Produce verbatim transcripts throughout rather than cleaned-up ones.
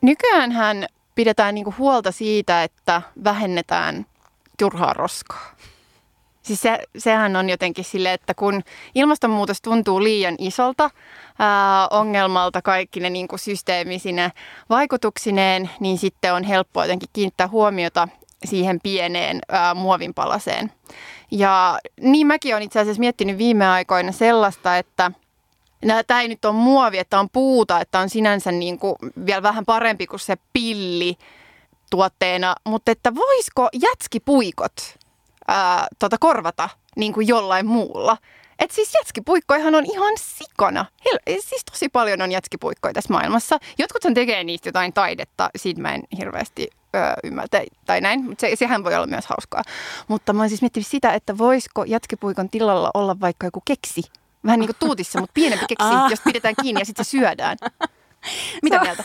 Nykyäänhän pidetään niinku huolta siitä, että vähennetään turhaa roskaa. Siis se, sehän on jotenkin silleen, että kun ilmastonmuutos tuntuu liian isolta ää, ongelmalta kaikki ne niinku systeemisine vaikutuksineen, niin sitten on helppo jotenkin kiinnittää huomiota siihen pieneen ää, muovinpalaseen. Ja niin mäkin olen itse asiassa miettinyt viime aikoina sellaista, että tämä ei nyt ole muovi, että on puuta, että on sinänsä niin kuin vielä vähän parempi kuin se pilli tuotteena, mutta että voisiko jätskipuikot ää, tota korvata niin kuin jollain muulla? Että siis jätskipuikkoihan on ihan sikana. Hel- siis tosi paljon on jätskipuikkoja tässä maailmassa. Jotkuthan tekee niistä jotain taidetta, siitä mä en hirveästi öö, ymmärtä tai näin, mutta se, sehän voi olla myös hauskaa. Mutta mä oon siis miettinyt sitä, että voisiko jätskipuikon tilalla olla vaikka joku keksi. Vähän niin kuin Tuutissa, mutta pienempi keksi, ah. josta pidetään kiinni ja sitten se syödään. Mitä mieltä?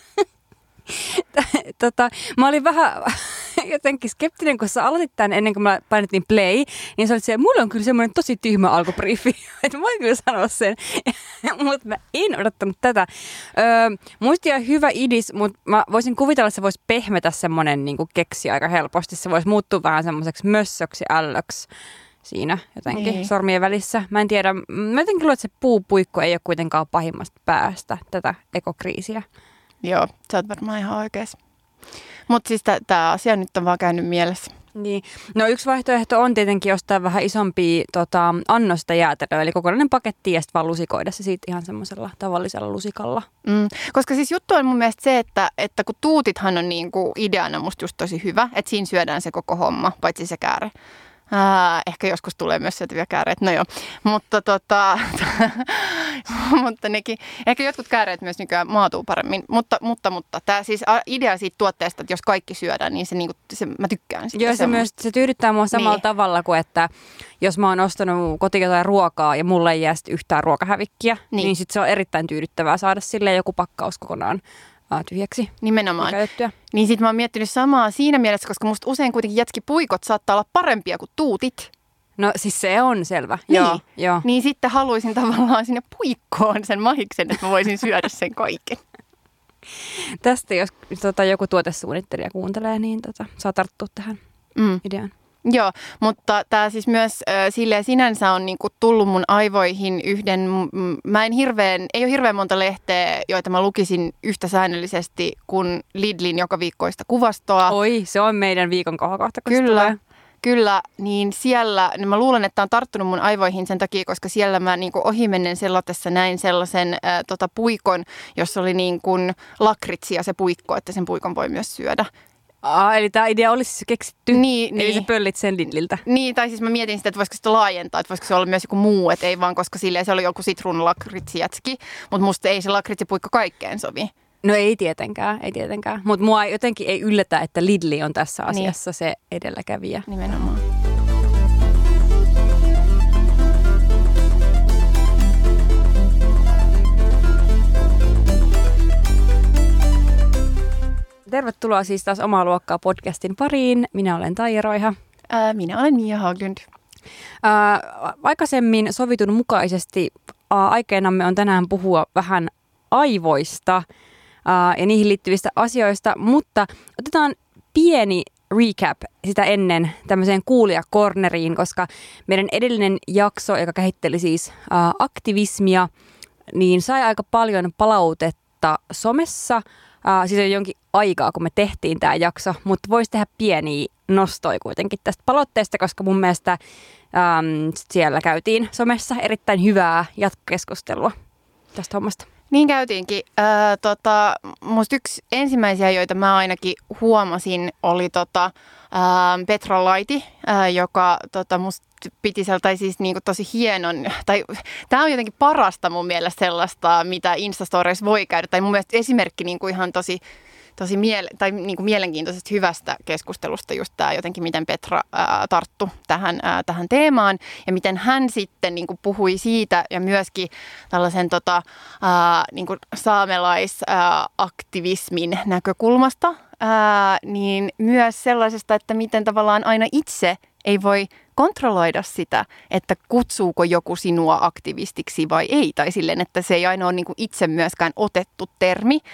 Tota, mä olin vähän jotenkin skeptinen, kun sä aloitit tämän ennen kuin mä painettiin play, niin sä olit se, mulla on kyllä semmoinen tosi tyhmä alkubriefi, että mä voin kyllä sanoa sen, mutta mä en odottanut tätä. Öö, muistia hyvä idis, mutta mä voisin kuvitella, että se voisi pehmetä semmoinen niin kuin keksi aika helposti. Se voisi muuttua vähän semmoiseksi mössöksi ällöksi siinä jotenkin niin. Sormien välissä. Mä en tiedä, mä jotenkin luulen, että se puupuikko ei ole kuitenkaan pahimmasta päästä tätä ekokriisiä. Joo, sä oot varmaan ihan oikeassa. Mutta siis tämä asia nyt on vaan käynyt mielessä. Niin. No yksi vaihtoehto on tietenkin ostaa vähän isompia tota, annosta jäätelöä, eli kokonainen paketti ja sitten vaan lusikoida se siitä ihan semmoisella tavallisella lusikalla. Mm, koska siis juttu on mun mielestä se, että, että kun tuutithan on niinku ideana musta just tosi hyvä, että siinä syödään se koko homma, paitsi se käärä. Äh, ehkä joskus tulee myös syötäviä kääreitä, no joo. Mutta, tota, mutta nekin, ehkä jotkut kääreet myös nykyään maatuu paremmin. Mutta, mutta, mutta tämä siis idea siitä tuotteesta, että jos kaikki syödään, niin se, niinku, se mä tykkään sitä. Joo, se, myös, se tyydyttää mua samalla niin. tavalla kuin, että jos mä oon ostanut kotiin jotain ruokaa ja mulle ei jää yhtään ruokahävikkiä, niin, niin sitten se on erittäin tyydyttävää saada silleen joku pakkaus kokonaan tyhjäksi. Nimenomaan. Niin sit mä oon miettinyt samaa siinä mielessä, koska musta usein kuitenkin jätskipuikot saattaa olla parempia kuin tuutit. No siis se on selvä. Niin, joo, joo. Niin sitten haluaisin tavallaan sinne puikkoon sen mahiksen, että mä voisin syödä sen kaiken. Tästä jos tota, joku tuotesuunnittelija kuuntelee, niin tota, saa tarttua tähän mm. ideaan. Joo, mutta tämä siis myös äh, silleen sinänsä on niinku tullut mun aivoihin yhden, m- mä en hirveän, ei ole hirveän monta lehteä, joita mä lukisin yhtä säännöllisesti kuin Lidlin joka viikkoista kuvastoa. Oi, se on meidän viikon kohokohta, kun Kyllä. se tulee. Kyllä, niin siellä, niin mä luulen, että on tarttunut mun aivoihin sen takia, koska siellä mä niin kuin ohimennen sellatessa näin sellaisen ää, tota, puikon, jossa oli niin kuin lakritsia se puikko, että sen puikon voi myös syödä. Aa, eli tämä idea olisi siis keksitty, niin, eli niin. sä pöllit sen Lidliltä. Niin, tai siis mä mietin sitä, että voisiko sitä laajentaa, että voisiko se olla myös joku muu, että ei vaan, koska silleen se oli joku sitruunalakritsijätski, mutta musta ei se lakritsipuikko kaikkeen sovi. No ei tietenkään, ei tietenkään. Mutta mua jotenkin ei yllätä, että Lidli on tässä asiassa niin. se edelläkävijä. Nimenomaan. Tervetuloa siis taas Omaa luokkaa podcastin pariin. Minä olen Taija Roiha. Ää, minä olen Mia Haglund. Ää, aikaisemmin sovitun mukaisesti ää, aikeenamme on tänään puhua vähän aivoista ää, ja niihin liittyvistä asioista, mutta otetaan pieni recap sitä ennen tämmöiseen kuulijakorneriin, koska meidän edellinen jakso, joka käsitteli siis ää, aktivismia, niin sai aika paljon palautetta somessa. Uh, siis on jonkin aikaa, kun me tehtiin tämä jakso, mutta voisi tehdä pieniä nostoja kuitenkin tästä palautteesta, koska mun mielestä um, siellä käytiin somessa erittäin hyvää jatkokeskustelua tästä hommasta. Niin käytiinkin. Äh, tota, musta yksi ensimmäisiä, joita mä ainakin huomasin, oli tota, äh, Petra Laiti, äh, joka tota, musta piti tai siis niinku tosi hienon, tai tämä on jotenkin parasta mun mielestä sellaista, mitä Instastories voi käydä, tai mun mielestä esimerkki niinku ihan tosi, tosi miele- tai niinku mielenkiintoisesta hyvästä keskustelusta just tämä jotenkin, miten Petra ää, tarttu tähän, ää, tähän teemaan, ja miten hän sitten niinku puhui siitä, ja myöskin tällaisen tota, ää, niinku saamelaisaktivismin näkökulmasta, ää, niin myös sellaisesta, että miten tavallaan aina itse ei voi kontrolloida sitä, että kutsuuko joku sinua aktivistiksi vai ei, tai silleen, että se ei aina ole niin kuin itse myöskään otettu termi.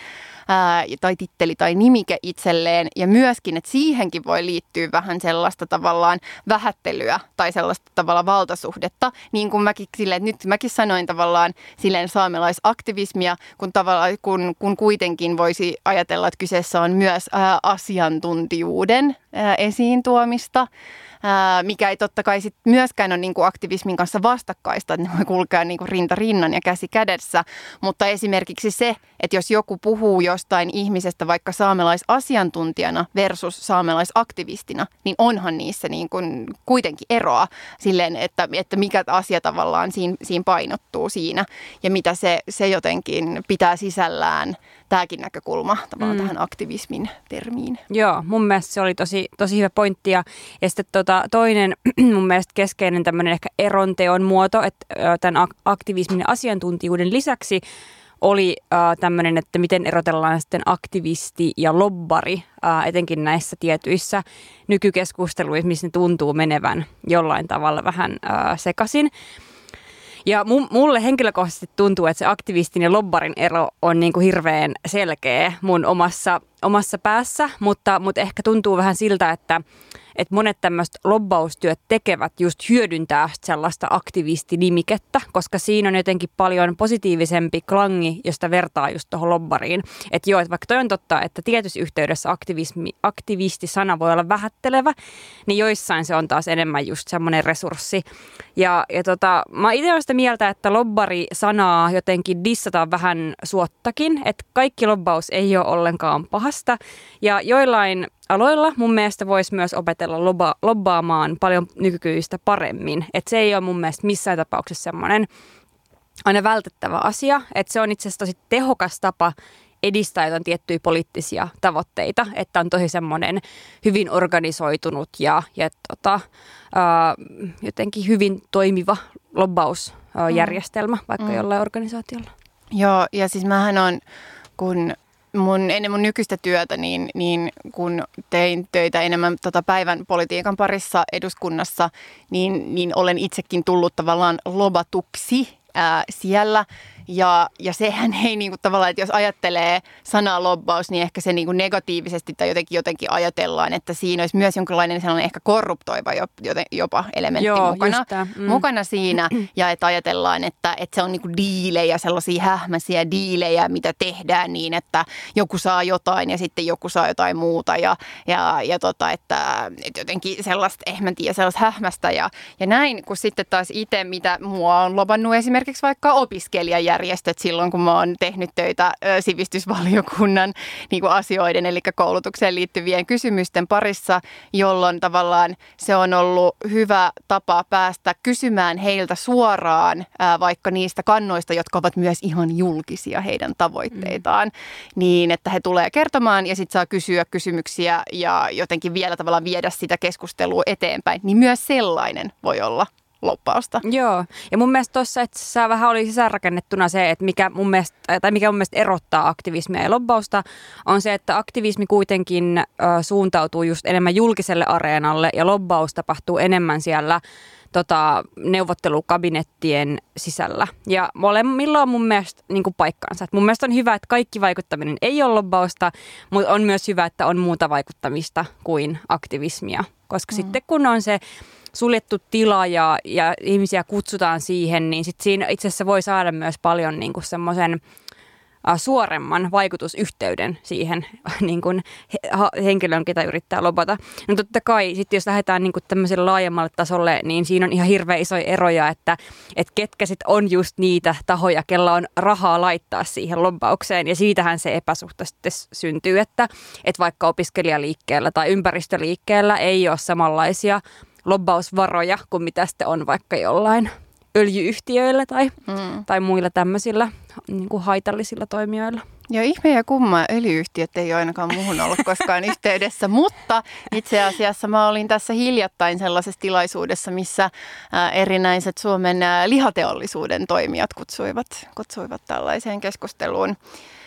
ää, tai titteli tai nimike itselleen. Ja myöskin, että siihenkin voi liittyä vähän sellaista tavallaan vähättelyä tai sellaista tavallaan valtasuhdetta. Niin kuin mäkin silleen, että nyt mäkin sanoin tavallaan silleen saamelaisaktivismia, kun, tavallaan, kun, kun kuitenkin voisi ajatella, että kyseessä on myös ää, asiantuntijuuden ää, esiin tuomista. Mikä ei totta kai sit myöskään ole niinku aktivismin kanssa vastakkaista, että ne voi kulkea niinku rinta rinnan ja käsi kädessä, mutta esimerkiksi se, että jos joku puhuu jostain ihmisestä vaikka saamelaisasiantuntijana versus saamelaisaktivistina, niin onhan niissä niinku kuitenkin eroa silleen, että, että mikä asia tavallaan siinä, siinä painottuu siinä ja mitä se, se jotenkin pitää sisällään. Tämäkin näkökulma tavallaan mm. tähän aktivismin termiin. Joo, mun mielestä se oli tosi, tosi hyvä pointti. Ja, ja sitten tota, toinen mun mielestä keskeinen tämmöinen ehkä eronteon muoto, että tämän aktivismin ja asiantuntijuuden lisäksi oli äh, tämmöinen, että miten erotellaan sitten aktivisti ja lobbari, äh, etenkin näissä tietyissä nykykeskusteluissa, missä ne tuntuu menevän jollain tavalla vähän äh, sekaisin. Ja mulle henkilökohtaisesti tuntuu, että se aktivistin ja lobbarin ero on niin kuin hirveän selkeä mun omassa, omassa päässä, mutta, mutta ehkä tuntuu vähän siltä, että, että monet tämmöiset lobbaustyöt tekevät just hyödyntää sellaista aktivistinimikettä, koska siinä on jotenkin paljon positiivisempi klangi, josta vertaa just tuohon lobbariin. Että joo, että vaikka toi on totta, että tietyssä yhteydessä aktivismi, aktivistisana voi olla vähättelevä, niin joissain se on taas enemmän just semmoinen resurssi. Ja, ja tota, mä itse olen sitä mieltä, että lobbari-sanaa jotenkin dissataan vähän suottakin, että kaikki lobbaus ei ole ollenkaan pahasta. Ja joillain aloilla mun mielestä voisi myös opetella loba, lobbaamaan paljon nykyistä paremmin. Että se ei ole mun mielestä missään tapauksessa semmoinen aina vältettävä asia. Että se on itse asiassa tosi tehokas tapa edistää jotain tiettyjä poliittisia tavoitteita. Että on tosi semmoinen hyvin organisoitunut ja, ja tota, ää, jotenkin hyvin toimiva lobbausjärjestelmä vaikka mm. jollain organisaatiolla. Joo, ja siis mähän on, kun mun, ennen mun nykyistä työtä, niin, niin kun tein töitä enemmän tota päivän politiikan parissa eduskunnassa, niin, niin olen itsekin tullut tavallaan lobatuksi ää, siellä. Ja, ja sehän ei niinku tavallaan, että jos ajattelee sanaa lobbaus, niin ehkä se niinku negatiivisesti tai jotenkin, jotenkin ajatellaan, että siinä olisi myös jonkinlainen sellainen ehkä korruptoiva jopa elementti Joo, mukana, mm. mukana siinä. Ja että ajatellaan, että, että se on niinku diilejä, sellaisia hähmäisiä diilejä, mitä tehdään niin, että joku saa jotain ja sitten joku saa jotain muuta. Ja, ja, ja tota, että, että jotenkin sellaista, eh mä tiedä, sellaista hähmästä ja, ja näin. Kun sitten taas itse, mitä mua on lobannut esimerkiksi vaikka opiskelijajärjestelmä, järjestöt silloin, kun mä oon tehnyt töitä sivistysvaliokunnan niin kuin asioiden, eli koulutukseen liittyvien kysymysten parissa, jolloin tavallaan se on ollut hyvä tapa päästä kysymään heiltä suoraan ää, vaikka niistä kannoista, jotka ovat myös ihan julkisia heidän tavoitteitaan, mm. niin että he tulee kertomaan ja sitten saa kysyä kysymyksiä ja jotenkin vielä tavallaan viedä sitä keskustelua eteenpäin, niin myös sellainen voi olla lobbausta. Joo, ja mun mielestä tuossa, että sä vähän oli sisäänrakennettuna se, että mikä mun mielestä, tai mikä mun mielestä erottaa aktivismia ja lobbausta, on se, että aktivismi kuitenkin ö, suuntautuu just enemmän julkiselle areenalle, ja lobbaus tapahtuu enemmän siellä tota, neuvottelukabinettien sisällä. Ja molemmilla on mun mielestä niin kuin paikkaansa. Et mun mielestä on hyvä, että kaikki vaikuttaminen ei ole lobbausta, mutta on myös hyvä, että on muuta vaikuttamista kuin aktivismia. Koska mm. sitten kun on se suljettu tila ja, ja ihmisiä kutsutaan siihen, niin sit siinä itse asiassa voi saada myös paljon niin kuin semmoisen äh, suoremman vaikutusyhteyden siihen niin kuin he, henkilöön, ketä yrittää lobata. No totta kai sitten jos lähdetään niin kuin tämmöiselle laajemmalle tasolle, niin siinä on ihan hirveän isoja eroja, että et ketkä sitten on just niitä tahoja, kella on rahaa laittaa siihen lobbaukseen. Ja siitähän se epäsuhta sitten syntyy, että et vaikka opiskelijaliikkeellä tai ympäristöliikkeellä ei ole samanlaisia lobbausvaroja kuin mitä sitten on vaikka jollain öljyyhtiöillä tai, mm. tai muilla tämmöisillä niin kuin haitallisilla toimijoilla. Ja ihme ja kumma, öljyyhtiöt ei ole ainakaan muuhun ollut koskaan yhteydessä, mutta itse asiassa mä olin tässä hiljattain sellaisessa tilaisuudessa, missä erinäiset Suomen lihateollisuuden toimijat kutsuivat, kutsuivat tällaiseen keskusteluun.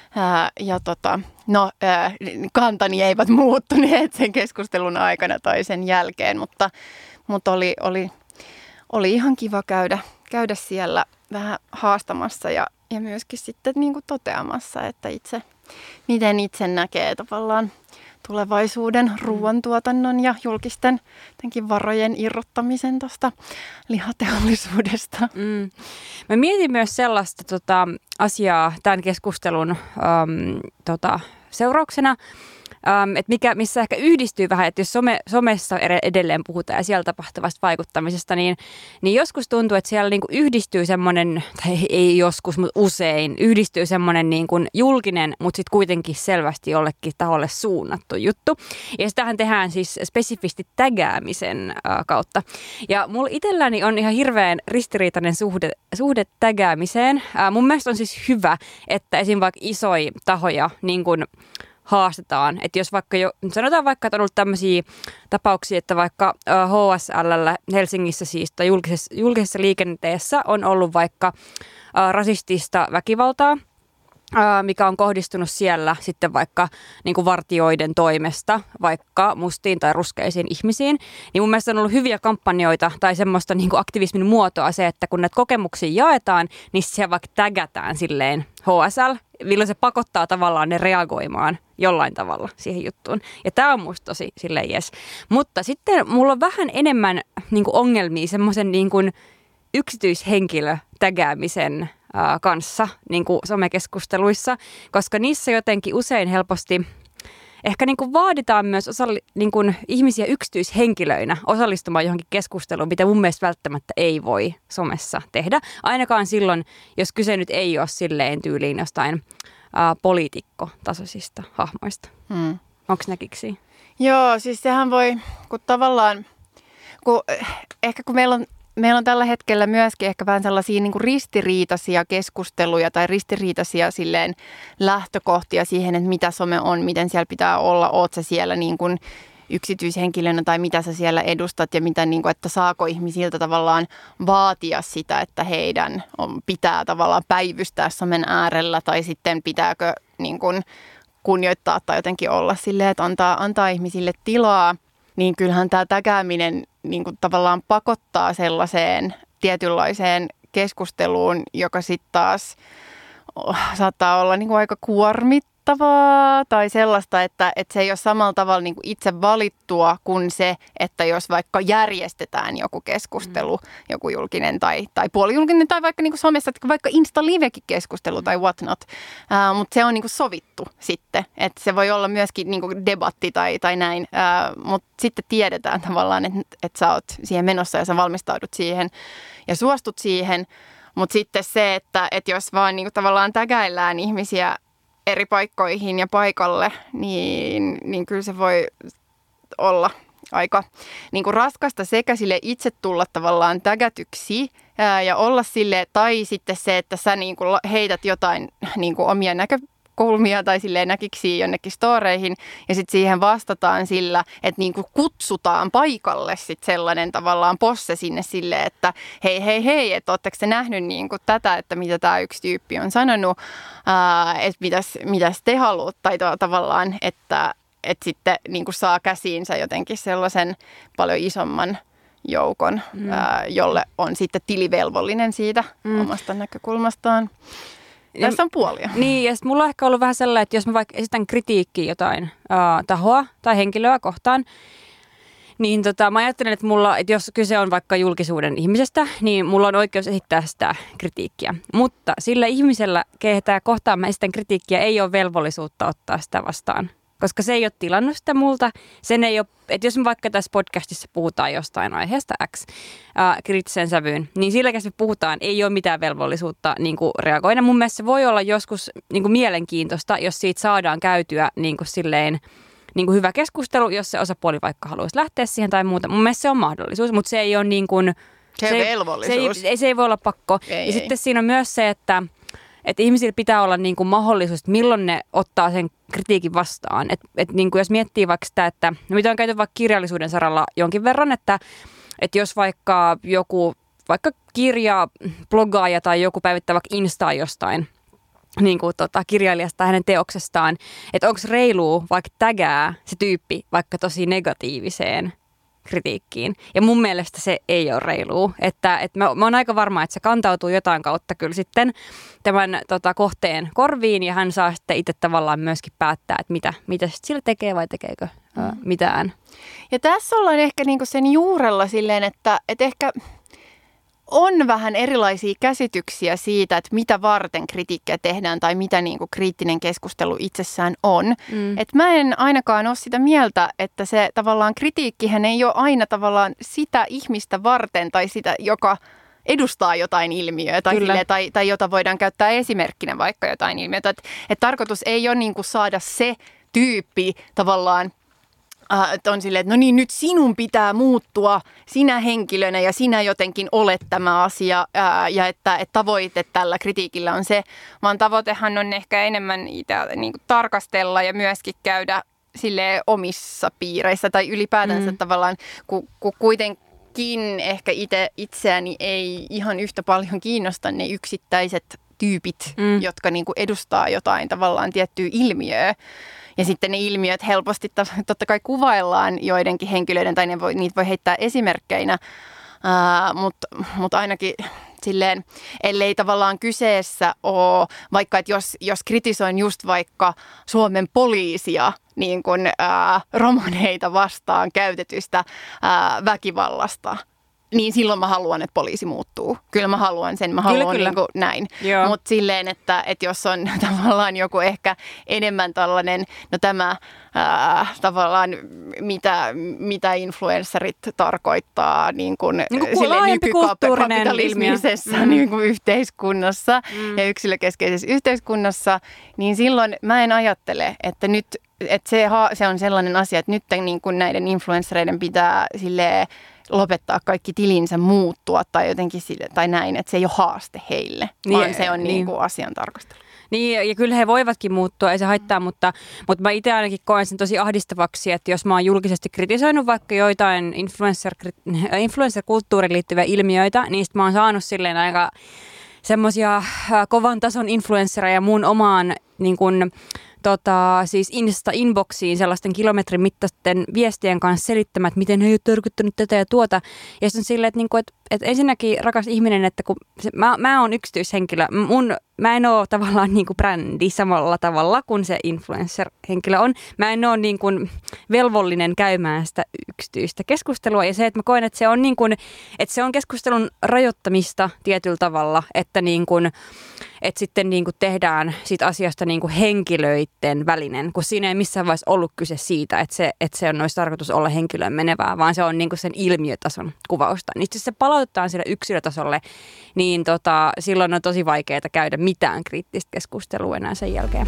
Ja tota, no, kantani eivät muuttuneet sen keskustelun aikana tai sen jälkeen, mutta, mutta oli, oli, oli ihan kiva käydä, käydä siellä vähän haastamassa ja, ja myöskin sitten niin kuin toteamassa, että itse, miten itse näkee tavallaan tulevaisuuden ruoantuotannon ja julkisten varojen irrottamisen tuosta lihateollisuudesta. Mm. Mä mietin myös sellaista tota, asiaa tämän keskustelun äm, tota, seurauksena, Um, että mikä, missä ehkä yhdistyy vähän, että jos some, somessa edelleen puhutaan ja siellä tapahtuvasta vaikuttamisesta, niin, niin joskus tuntuu, että siellä niinku yhdistyy semmoinen, tai ei joskus, mutta usein yhdistyy semmoinen niinku julkinen, mutta sitten kuitenkin selvästi jollekin taholle suunnattu juttu. Ja sitähän tehdään siis spesifisti tägäämisen äh, kautta. Ja mulla itselläni on ihan hirveän ristiriitainen suhde, suhde tägäämiseen. Äh, mun mielestä on siis hyvä, että esim. Vaikka isoja tahoja niin kuin haastetaan. Että jos vaikka jo, sanotaan vaikka, että on ollut tämmöisiä tapauksia, että vaikka H S L:llä Helsingissä siis tai julkisessa, julkisessa liikenteessä on ollut vaikka ä, rasistista väkivaltaa, ä, mikä on kohdistunut siellä sitten vaikka niin kuin vartijoiden toimesta, vaikka mustiin tai ruskeisiin ihmisiin, niin mun mielestä on ollut hyviä kampanjoita tai semmoista niin kuin aktivismin muotoa se, että kun näitä kokemuksia jaetaan, niin siellä vaikka tägätään silleen H S L, milloin se pakottaa tavallaan ne reagoimaan jollain tavalla siihen juttuun. Ja tämä on musta tosi silleen jes. Mutta sitten mulla on vähän enemmän niin kuin ongelmia semmoisen niin kuin yksityishenkilötägäämisen ää, kanssa niin kuin somekeskusteluissa, koska niissä jotenkin usein helposti ehkä niin kuin vaaditaan myös osalli, niin kuin ihmisiä yksityishenkilöinä osallistumaan johonkin keskusteluun, mitä mun mielestä välttämättä ei voi somessa tehdä. Ainakaan silloin, jos kyse nyt ei ole silleen tyyliin jostain ä, poliitikkotasoisista hahmoista. Hmm. Onko näkiksi? Joo, siis sehän voi, kun tavallaan, kun, ehkä kun meillä on Meillä on tällä hetkellä myöskin ehkä vähän sellaisia niin kuin ristiriitaisia keskusteluja tai ristiriitaisia silleen lähtökohtia siihen, että mitä some on, miten siellä pitää olla, oot sä siellä niin kuin yksityishenkilönä tai mitä sä siellä edustat ja mitä, niin kuin, että saako ihmisiltä tavallaan vaatia sitä, että heidän on, pitää tavallaan päivystää somen äärellä tai sitten pitääkö niin kuin kunnioittaa tai jotenkin olla silleen, että antaa, antaa ihmisille tilaa. Niin kyllähän tämä tägääminen niin kuin tavallaan pakottaa sellaiseen tietynlaiseen keskusteluun, joka sitten taas oh, saattaa olla niin kuin aika kuormittavaa tai sellaista, että, että se ei ole samalla tavalla niin kuin itse valittua kuin se, että jos vaikka järjestetään joku keskustelu, mm. joku julkinen tai, tai puolijulkinen tai vaikka niin kuin somessa, vaikka Insta-livekin keskustelu tai whatnot, uh, mutta se on niin kuin sovittu sitten, että se voi olla myöskin niin kuin debatti tai, tai näin, uh, mutta sitten tiedetään tavallaan, että, että sä oot siihen menossa ja sä valmistaudut siihen ja suostut siihen, mutta sitten se, että, että jos vaan niin kuin tavallaan tägäillään ihmisiä eri paikkoihin ja paikalle, niin, niin kyllä se voi olla aika niin kuin raskasta sekä sille itse tulla tavallaan tägätyksi ää, ja olla sille, tai sitten se, että sä niin kuin heität jotain niin kuin omia näkökulmia tai silleen näkiksi jonnekin storeihin ja sitten siihen vastataan sillä, että niin kuin kutsutaan paikalle sitten sellainen tavallaan posse sinne silleen, että hei hei hei, että ootteko te nähnyt niin kuin tätä, että mitä tämä yksi tyyppi on sanonut, ää, että mitäs, mitäs te haluat tai to, tavallaan, että että sitten niin kuin saa käsiinsä jotenkin sellaisen paljon isomman joukon, mm. ää, jolle on sitten tilivelvollinen siitä mm. omasta näkökulmastaan. Ja, tässä on puolia. Niin, ja mulla on ehkä ollut vähän sellainen, että jos mä vaikka esitän kritiikkiä jotain ää, tahoa tai henkilöä kohtaan, niin tota, mä ajattelen, että, mulla, että jos kyse on vaikka julkisuuden ihmisestä, niin mulla on oikeus esittää sitä kritiikkiä. Mutta sillä ihmisellä, kehetään kohtaan mä esitän kritiikkiä, ei ole velvollisuutta ottaa sitä vastaan. Koska se ei ole tilannut sitä multa. Sen ei ole, että jos me vaikka tässä podcastissa puhutaan jostain aiheesta X ää, kriittiseen sävyyn, niin sillä me puhutaan, ei ole mitään velvollisuutta niin kuin reagoida. Mun mielestä se voi olla joskus niin kuin mielenkiintoista, jos siitä saadaan käytyä niin kuin silleen, niin kuin hyvä keskustelu, jos se osapuoli vaikka haluaisi lähteä siihen tai muuta. Mun mielestä se on mahdollisuus, mutta se ei ole niin kuin... Se, se, velvollisuus. Se ei, se ei voi olla pakko. Ei, ja ei. sitten siinä on myös se, että... Että ihmisillä pitää olla niin kuin mahdollisuus, että milloin ne ottaa sen kritiikin vastaan. Että et niin kuin jos miettii vaikka sitä, että no mitä on käyty vaikka kirjallisuuden saralla jonkin verran, että, että jos vaikka joku vaikka kirja, bloggaaja tai joku päivittää vaikka Instaa jostain niin kuin tota, kirjailijasta tai hänen teoksestaan, että onko reilua vaikka tägää se tyyppi vaikka tosi negatiiviseen kritiikkiin. Ja mun mielestä se ei ole reilua. Että, että mä, mä oon aika varma, että se kantautuu jotain kautta kyllä sitten tämän tota, kohteen korviin ja hän saa sitten itse tavallaan myöskin päättää, että mitä, mitä sitten sillä tekee vai tekeekö mm. ä, mitään. Ja tässä ollaan ehkä niinku sen juurella silleen, että, että ehkä on vähän erilaisia käsityksiä siitä, että mitä varten kritiikkiä tehdään tai mitä niinku kriittinen keskustelu itsessään on. Mm. Et mä en ainakaan ole sitä mieltä, että se tavallaan kritiikkihän ei ole aina tavallaan sitä ihmistä varten tai sitä, joka edustaa jotain ilmiöä tai, sille, tai, tai jota voidaan käyttää esimerkkinä vaikka jotain ilmiötä. Että et tarkoitus ei ole niinku saada se tyyppi tavallaan, Uh, että on silleen, että no niin, nyt sinun pitää muuttua sinä henkilönä ja sinä jotenkin olet tämä asia uh, ja että, että tavoite tällä kritiikillä on se, vaan tavoitehan on ehkä enemmän itse niin kuin tarkastella ja myöskin käydä silleen omissa piireissä tai ylipäätänsä mm. tavallaan, kun, kun kuitenkin ehkä itse itseäni ei ihan yhtä paljon kiinnosta ne yksittäiset tyypit, mm. jotka niin kuin edustaa jotain tavallaan tiettyä ilmiöä. Ja sitten ne ilmiöt helposti totta kai kuvaillaan joidenkin henkilöiden, tai ne voi, niitä voi heittää esimerkkeinä, uh, mutta mut ainakin silleen, ellei tavallaan kyseessä ole, vaikka että jos, jos kritisoin just vaikka Suomen poliisia niin kuin uh, romaneita vastaan käytetystä uh, väkivallasta, niin silloin mä haluan, että poliisi muuttuu. Kyllä mä haluan sen, mä haluan kyllä, kyllä. Niin näin. Mutta silleen, että, että jos on tavallaan joku ehkä enemmän tällainen, no tämä ää, tavallaan mitä, mitä influencerit tarkoittaa niin kuin, niin kuin nykykapitalismisessa mm. niin kuin yhteiskunnassa mm. ja yksilökeskeisessä yhteiskunnassa, niin silloin mä en ajattele, että nyt että se, se on sellainen asia, että nyt niin kuin näiden influenssereiden pitää silleen lopettaa kaikki tilinsä muuttua tai jotenkin sille, tai näin, että se ei ole haaste heille, niin, vaan se on niin. Niin kuin asian tarkastelu. Niin, ja kyllä he voivatkin muuttua, ei se haittaa, mutta, mutta mä itse ainakin koen sen tosi ahdistavaksi, että jos mä oon julkisesti kritisoinut vaikka joitain influencer, influencer-kulttuuriin liittyviä ilmiöitä, niin sit mä oon saanut silleen aika semmoisia kovan tason influenssereja mun omaan niin kuin, Tota, siis Insta-inboxiin sellaisten kilometrin mittaisten viestien kanssa selittämään, että miten he ei ole törkyttänyt tätä ja tuota. Ja sitten silleen, että, niinku, että, että ensinnäkin rakas ihminen, että kun se, mä, mä oon yksityishenkilö, mun, mä en ole tavallaan niinku brändi samalla tavalla kuin se influencer-henkilö on. Mä en ole niinku velvollinen käymään sitä yksityistä keskustelua ja se, että mä koen, että se on, niinku, että se on keskustelun rajoittamista tietyllä tavalla, että niinku, että sitten niin kuin tehdään siitä asiasta niin kuin henkilöiden välinen, kun siinä ei missään vaiheessa ollut kyse siitä, että se, että se on olisi tarkoitus olla henkilöön menevää, vaan se on niin kuin sen ilmiötason kuvausta. Niin jos se palautetaan sille yksilötasolle, niin tota, silloin on tosi vaikeaa käydä mitään kriittistä keskustelua enää sen jälkeen.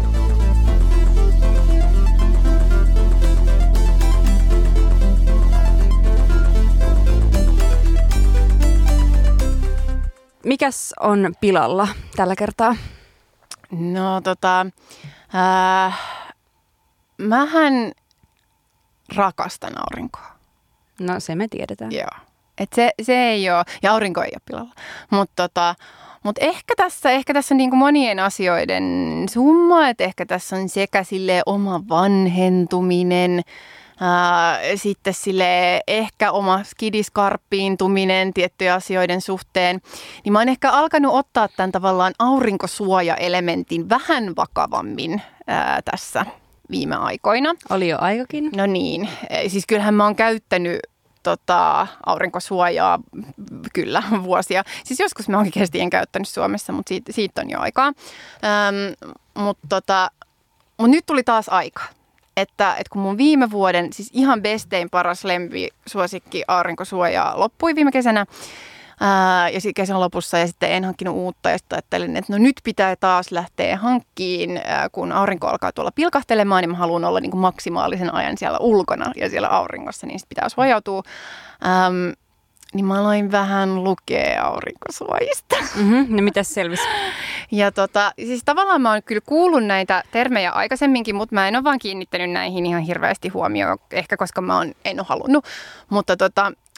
Mikäs on pilalla tällä kertaa? No tota, äh, mähän rakastan aurinkoa. No se me tiedetään. Joo, et se, se ei ole, ja aurinko ei ole pilalla. Mutta tota, mut ehkä tässä, ehkä tässä on niinku monien asioiden summa, että ehkä tässä on sekä silleen oma vanhentuminen, Ää, sitten sille ehkä oma skidiskarppiintuminen tiettyjen asioiden suhteen, niin mä oon ehkä alkanut ottaa tämän tavallaan aurinkosuoja-elementin vähän vakavammin ää, tässä viime aikoina. Oli jo aikakin. No niin, siis kyllähän mä oon käyttänyt tota, aurinkosuojaa kyllä vuosia. Siis joskus mä oikeasti en käyttänyt Suomessa, mutta siitä, siitä on jo aikaa. Ähm, mutta tota, mut nyt tuli taas aika. Että, että kun mun viime vuoden, siis ihan bestein paras lempisuosikki aurinkosuojaa loppui viime kesänä ää, ja sitten kesän lopussa ja sitten en hankkinut uutta ja sitten ajattelin, että no nyt pitää taas lähteä hankkiin, ää, kun aurinko alkaa tuolla pilkahtelemaan, niin mä haluan olla niin kuin maksimaalisen ajan siellä ulkona ja siellä auringossa, niin sitten pitää suojautua. Ähm, niin mä aloin vähän lukea aurinkosuojista. Mm-hmm. No mitäs selvisi? Ja tota, siis tavallaan mä oon kyllä kuullut näitä termejä aikaisemminkin, mutta mä en ole vaan kiinnittänyt näihin ihan hirveästi huomioon, ehkä koska mä oon, en ole halunnut. Mutta tota,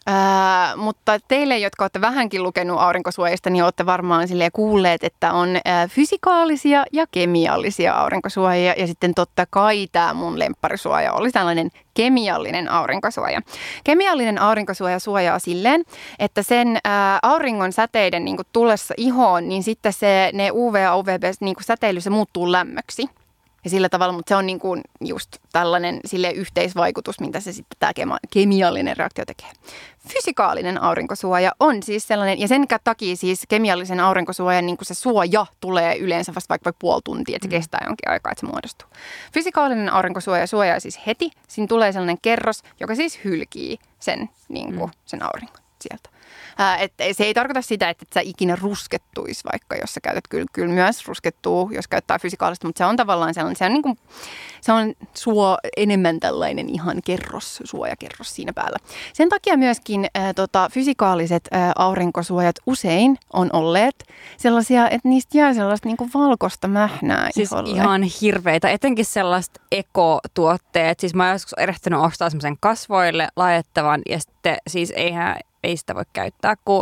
Ää, mutta teille, jotka olette vähänkin lukenut aurinkosuojista, niin olette varmaan silleen kuulleet, että on ää, fysikaalisia ja kemiallisia aurinkosuojia. Ja sitten totta kai tämä mun lempparisuoja oli tällainen kemiallinen aurinkosuoja. Kemiallinen aurinkosuoja suojaa silleen, että sen ää, auringon säteiden niin kuin tullessa ihoon, niin sitten se, ne U V ja U V B-säteily se muuttuu lämmöksi. Ja sillä tavalla, mutta se on niin kuin just tällainen sille yhteisvaikutus, mitä se sitten tämä kemiallinen reaktio tekee. Fysikaalinen aurinkosuoja on siis sellainen, ja sen takia siis kemiallisen aurinkosuojan niin kuin se suoja tulee yleensä vasta vaikka puoli tuntia, että se kestää jonkin aikaa, että se muodostuu. Fysikaalinen aurinkosuoja suojaa siis heti. Siinä tulee sellainen kerros, joka siis hylkii sen, niin kuin, sen auringon sieltä. Ää, et se ei tarkoita sitä, että et sä ikinä ruskettuisi, vaikka jos sä käytät, kyllä, kyllä myös ruskettuu, jos käyttää fysikaalista, mutta se on tavallaan sellainen, se on, niin kuin, se on suo enemmän tällainen ihan kerros, suojakerros siinä päällä. Sen takia myöskin ää, tota, fysikaaliset ää, aurinkosuojat usein on olleet sellaisia, että niistä jää sellaista niin kuin valkoista mähnää siis iholle. Ihan hirveitä, etenkin sellaiset ekotuotteet. Siis mä oon joskus erehtynyt ostaa semmoisen kasvoille laitettavan ja sitten siis eihän ei sitä voi käyttää, kun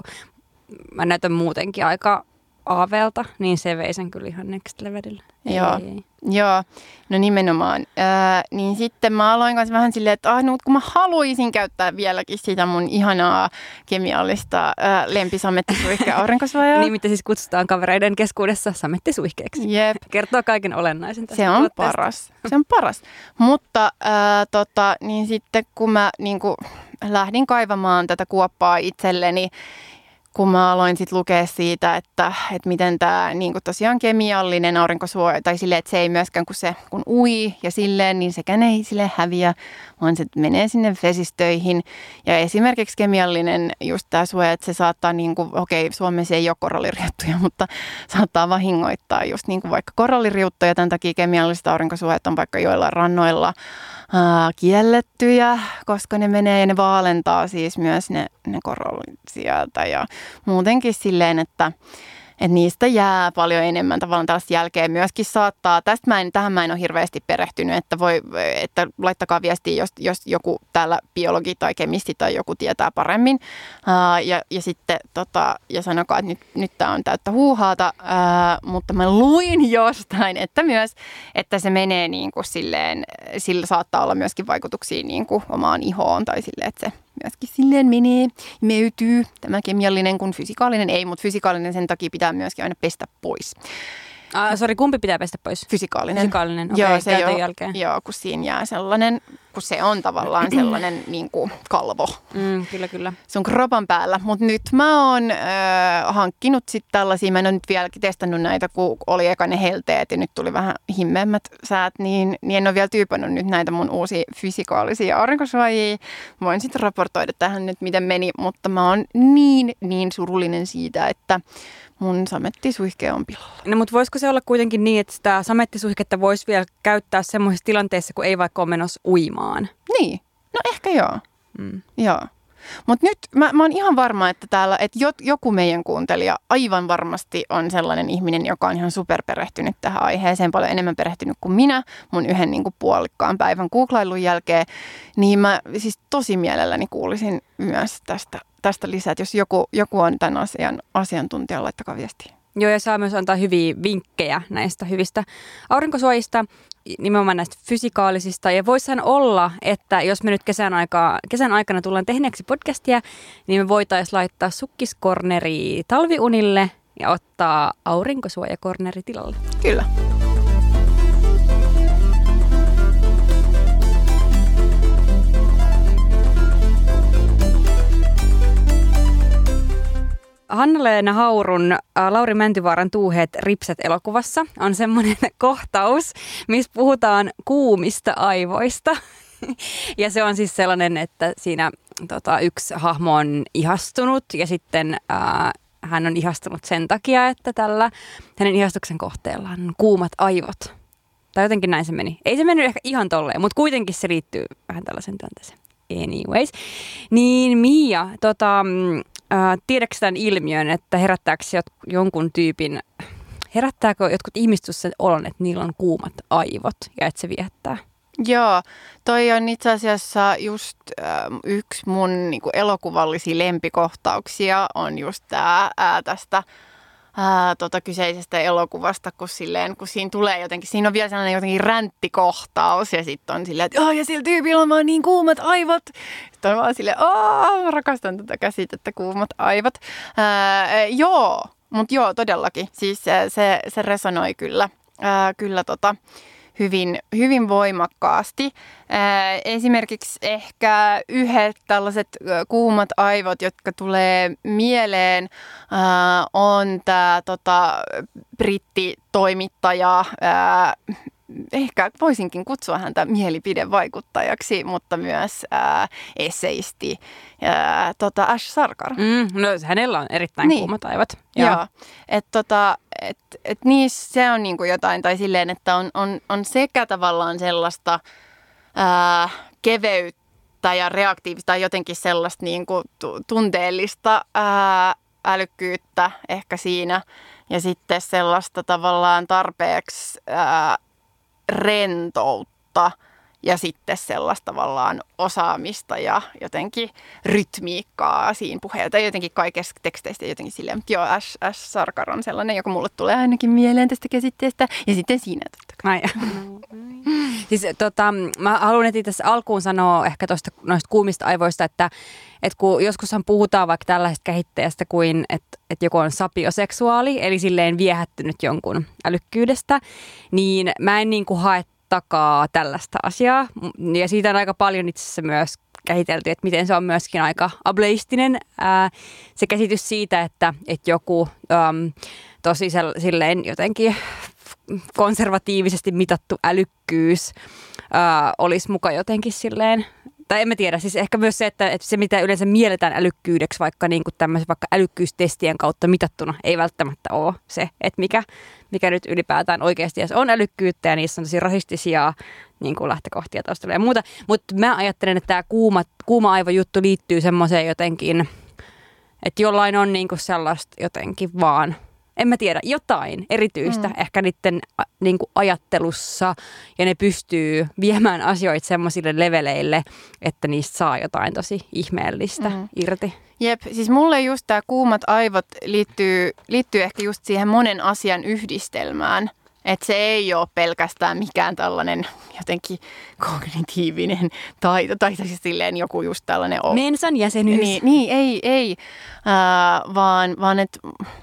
mä näytän muutenkin aika aaveelta, niin se vei sen kyllä ihan next levelille. Ei, Joo, ei. Joo, no nimenomaan. Ää, niin sitten mä aloin kanssa vähän silleen, että ah, no, kun mä haluaisin käyttää vieläkin sitä mun ihanaa kemiallista ää, lempisamettisuihkea aurinkosuojaa. Niin, mitä siis kutsutaan kavereiden keskuudessa samettisuihkeeksi. Jep. Kertoo kaiken olennaisen tästä Se on tuotteesta. paras. Se on paras. Mutta ää, tota, niin sitten kun mä niin kun lähdin kaivamaan tätä kuoppaa itselleni, kun mä aloin sitten lukea siitä, että, että miten tämä niin tosiaan kemiallinen aurinkosuoja, tai silleen, että se ei myöskään, kun se kun ui ja silleen, niin sekään ei silleen häviä, vaan se menee sinne vesistöihin. Ja esimerkiksi kemiallinen just tämä suoja, että se saattaa, niin kuin, okei, Suomessa ei ole koralliriuttuja, mutta saattaa vahingoittaa just niin kuin vaikka koralliriuttoja. Tämän takia kemialliset aurinkosuojat on vaikka joillain rannoilla ää, kiellettyjä, koska ne menee ja ne vaalentaa siis myös ne, ne korallit sieltä ja muutenkin silleen, että, että niistä jää paljon enemmän tavallaan tällaista jälkeen. Myöskin saattaa, tästä mä en, tähän mä en ole hirveästi perehtynyt, että, voi, että laittakaa viestiä, jos, jos joku täällä biologi tai kemisti tai joku tietää paremmin. Ää, ja, ja sitten tota, ja sanokaa, että nyt, nyt tämä on täyttä huuhaata, ää, mutta mä luin jostain, että myös, että se menee niin kuin silleen, sillä saattaa olla myöskin vaikutuksia niin kuin omaan ihoon tai silleen, että se myöskin silleen menee, meytyy. Tämä kemiallinen kuin fysikaalinen ei, mutta fysikaalinen sen takia pitää myöskin aina pestä pois. Ah, sori, kumpi pitää pestä pois? Fysikaalinen. Fysikaalinen, okei, okay, käytön jo, jälkeen. Joo, kun siinä jää sellainen, kun se on tavallaan sellainen niin kuin kalvo. Mm, kyllä, kyllä. Sun kropan päällä. Mutta nyt mä oon äh, hankkinut sitten tällaisia, mä en ole nyt vielä testannut näitä, kun oli eka ne helteet ja nyt tuli vähän himmeämmät säät, niin, niin en ole vielä tyypannut nyt näitä mun uusia fysikaalisia aurinkosuojia. Voin sitten raportoida tähän nyt, miten meni, mutta mä oon niin, niin surullinen siitä, että mun samettisuihke on pilalla. No, mutta voisiko se olla kuitenkin niin, että sitä samettisuihketta voisi vielä käyttää semmoisissa tilanteissa, kun ei vaikka ole menossa uimaan? Niin, no ehkä joo. Mm. Joo. Mutta nyt mä, mä oon ihan varma, että täällä, että joku meidän kuuntelija aivan varmasti on sellainen ihminen, joka on ihan superperehtynyt tähän aiheeseen, paljon enemmän perehtynyt kuin minä mun yhden niin kuin puolikkaan päivän googlailun jälkeen. Niin mä siis tosi mielelläni kuulisin myös tästä, tästä lisää, että jos joku, joku on tämän asian asiantuntija, laittakaa viestiä. Joo, ja saa myös antaa hyviä vinkkejä näistä hyvistä aurinkosuojista, nimenomaan näistä fysikaalisista. Ja voisihan olla, että jos me nyt kesän, aikaa, kesän aikana tullaan tehneeksi podcastia, niin me voitaisiin laittaa sukkiskorneri talviunille ja ottaa aurinkosuojakorneri tilalle. Kyllä. Hanna-Leena Haurun ä, Lauri Mäntyvaaran Tuuheet Ripset-elokuvassa on semmoinen kohtaus, missä puhutaan kuumista aivoista. Ja se on siis sellainen, että siinä tota, yksi hahmo on ihastunut ja sitten ä, hän on ihastunut sen takia, että tällä hänen ihastuksen kohteellaan on kuumat aivot. Tai jotenkin näin se meni. Ei se mennyt ehkä ihan tolleen, mutta kuitenkin se liittyy vähän tällaisen tilanteeseen. Anyways. Niin Mia, tota... Äh, tiedätkö tämän ilmiön, että herättääkö jonkun tyypin, herättääkö jotkut ihmiset sen olon, että niillä on kuumat aivot ja että se viettää? Joo, toi on itse asiassa just äh, yksi mun niinku elokuvallisia lempikohtauksia on just tää ää, tästä ää, tota kyseisestä elokuvasta, kun, silleen, kun siinä tulee jotenkin, siinä on vielä sellainen jotenkin ränttikohtaus ja sitten on silleen, että oh, ja sillä tyypillä on vaan niin kuumat aivot. Sitten on vaan silleen, oh, rakastan tätä käsitettä, kuumat aivot. Ää, joo, mutta joo, todellakin, siis se, se resonoi kyllä, ää, kyllä tota, Hyvin, hyvin voimakkaasti. Ää, esimerkiksi ehkä yhdet tällaiset kuumat aivot, jotka tulee mieleen, ää, on tämä tota, brittitoimittaja, ää, ehkä voisinkin kutsua häntä mielipidevaikuttajaksi, mutta myös ää, esseisti, ää, tota Ash Sarkar. Mm, no hänellä on erittäin niin. kuumat aivot. Joo, Joo. että tota, et, et niissä se on niinku jotain, tai silleen, että on, on, on sekä tavallaan sellaista ää, keveyttä ja reaktiivista tai jotenkin sellaista niinku tunteellista ää, älykkyyttä ehkä siinä, ja sitten sellaista tavallaan tarpeeksi ää, rentoutta ja sitten sellaista tavallaan osaamista ja jotenkin rytmiikkaa siinä puheella. Tai jotenkin kaikessa teksteistä jotenkin silleen. Mutta joo, Ash, Ash Sarkar on sellainen, joka mulle tulee ainakin mieleen tästä käsitteestä. Ja sitten siinä totta kai. Siis tota, mä haluan heti tässä alkuun sanoa ehkä tosta, noista kuumista aivoista, että, että kun joskushan puhutaan vaikka tällaisesta käsitteestä kuin, että, että joku on sapioseksuaali, eli silleen viehättynyt jonkun älykkyydestä, niin mä en niin kuin hae takaa tällaista asiaa. Ja siitä on aika paljon itse asiassa myös käsitelty, että miten se on myöskin aika ableistinen ää, se käsitys siitä, että, että joku äm, tosi silleen jotenkin konservatiivisesti mitattu älykkyys ää, olisi muka jotenkin silleen, tai en mä tiedä, siis ehkä myös se, että, että se mitä yleensä mielletään älykkyydeksi vaikka, niin kuin tämmöisen vaikka älykkyystestien kautta mitattuna ei välttämättä ole se, että mikä, mikä nyt ylipäätään oikeasti edes on älykkyyttä ja niissä on tosi rasistisia niin kuin lähtökohtia taustalla ja muuta. Mutta mä ajattelen, että tämä kuuma, kuuma aivojuttu liittyy semmoiseen jotenkin, että jollain on niin kuin sellaista jotenkin vaan, en mä tiedä, jotain erityistä mm. ehkä niiden niin kuin ajattelussa ja ne pystyy viemään asioita semmoisille leveleille, että niistä saa jotain tosi ihmeellistä mm. irti. Jep, siis mulle just tämä kuumat aivot liittyy, liittyy ehkä just siihen monen asian yhdistelmään. Että se ei ole pelkästään mikään tällainen jotenkin kognitiivinen taito, tai siis silleen joku just tällainen... Mensan jäsenyys. Niin, niin ei, ei äh, vaan, vaan että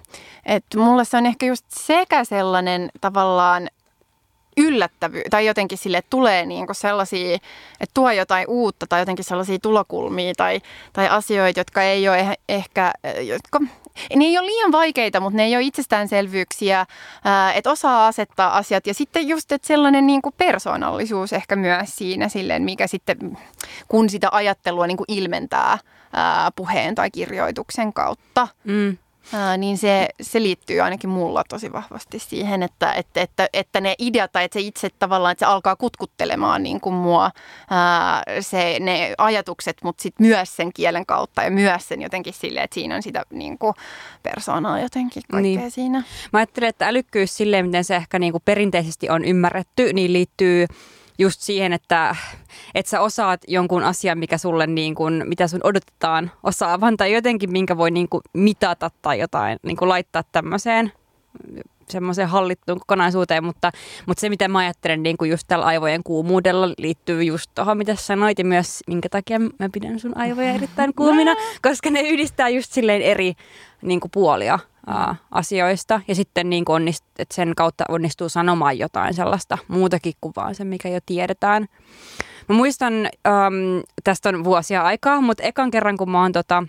et mulle se on ehkä just sekä sellainen tavallaan yllättävyys, tai jotenkin sille, että tulee niinku sellaisia, että tuo jotain uutta, tai jotenkin sellaisia tulokulmia, tai, tai asioita, jotka ei ole ehkä... Jotka, ne ei ole liian vaikeita, mutta ne ei ole itsestäänselvyyksiä, että osaa asettaa asiat. Ja sitten just, että sellainen niin kuin persoonallisuus ehkä myös siinä, silleen, mikä sitten, kun sitä ajattelua niin kuin ilmentää ää, puheen tai kirjoituksen kautta, mm. ää, niin se, se liittyy ainakin mulla tosi vahvasti siihen, että, että, että, että ne ideat tai että se itse tavallaan, että se alkaa kutkuttelemaan niin kuin mua, ää, se, ne ajatukset, mutta sitten myös sen kielen kautta ja myös sen jotenkin silleen, että siinä on sitä niin kuin persoonaa jotenkin kaikkea niin. Siinä. Mä ajattelen, että älykkyys silleen, miten se ehkä niin kuin perinteisesti on ymmärretty, niin liittyy just siihen, että, että sä osaat jonkun asian, mikä sulle niin kuin, mitä sun odotetaan osaavan tai jotenkin, minkä voi niin kuin mitata tai jotain niin kuin laittaa tämmöiseen semmoiseen hallittuun kokonaisuuteen, mutta, mutta se, mitä mä ajattelen niin kuin just tällä aivojen kuumuudella liittyy just tuohon, mitä sanoit, ja myös minkä takia mä pidän sun aivoja erittäin kuumina, koska ne yhdistää just silleen eri niin kuin puolia ää, asioista, ja sitten niin kuin onnist, että sen kautta onnistuu sanomaan jotain sellaista muutakin kuin vaan se, mikä jo tiedetään. Mä muistan, äm, tästä on vuosia aikaa, mutta ekan kerran, kun mä oon tota,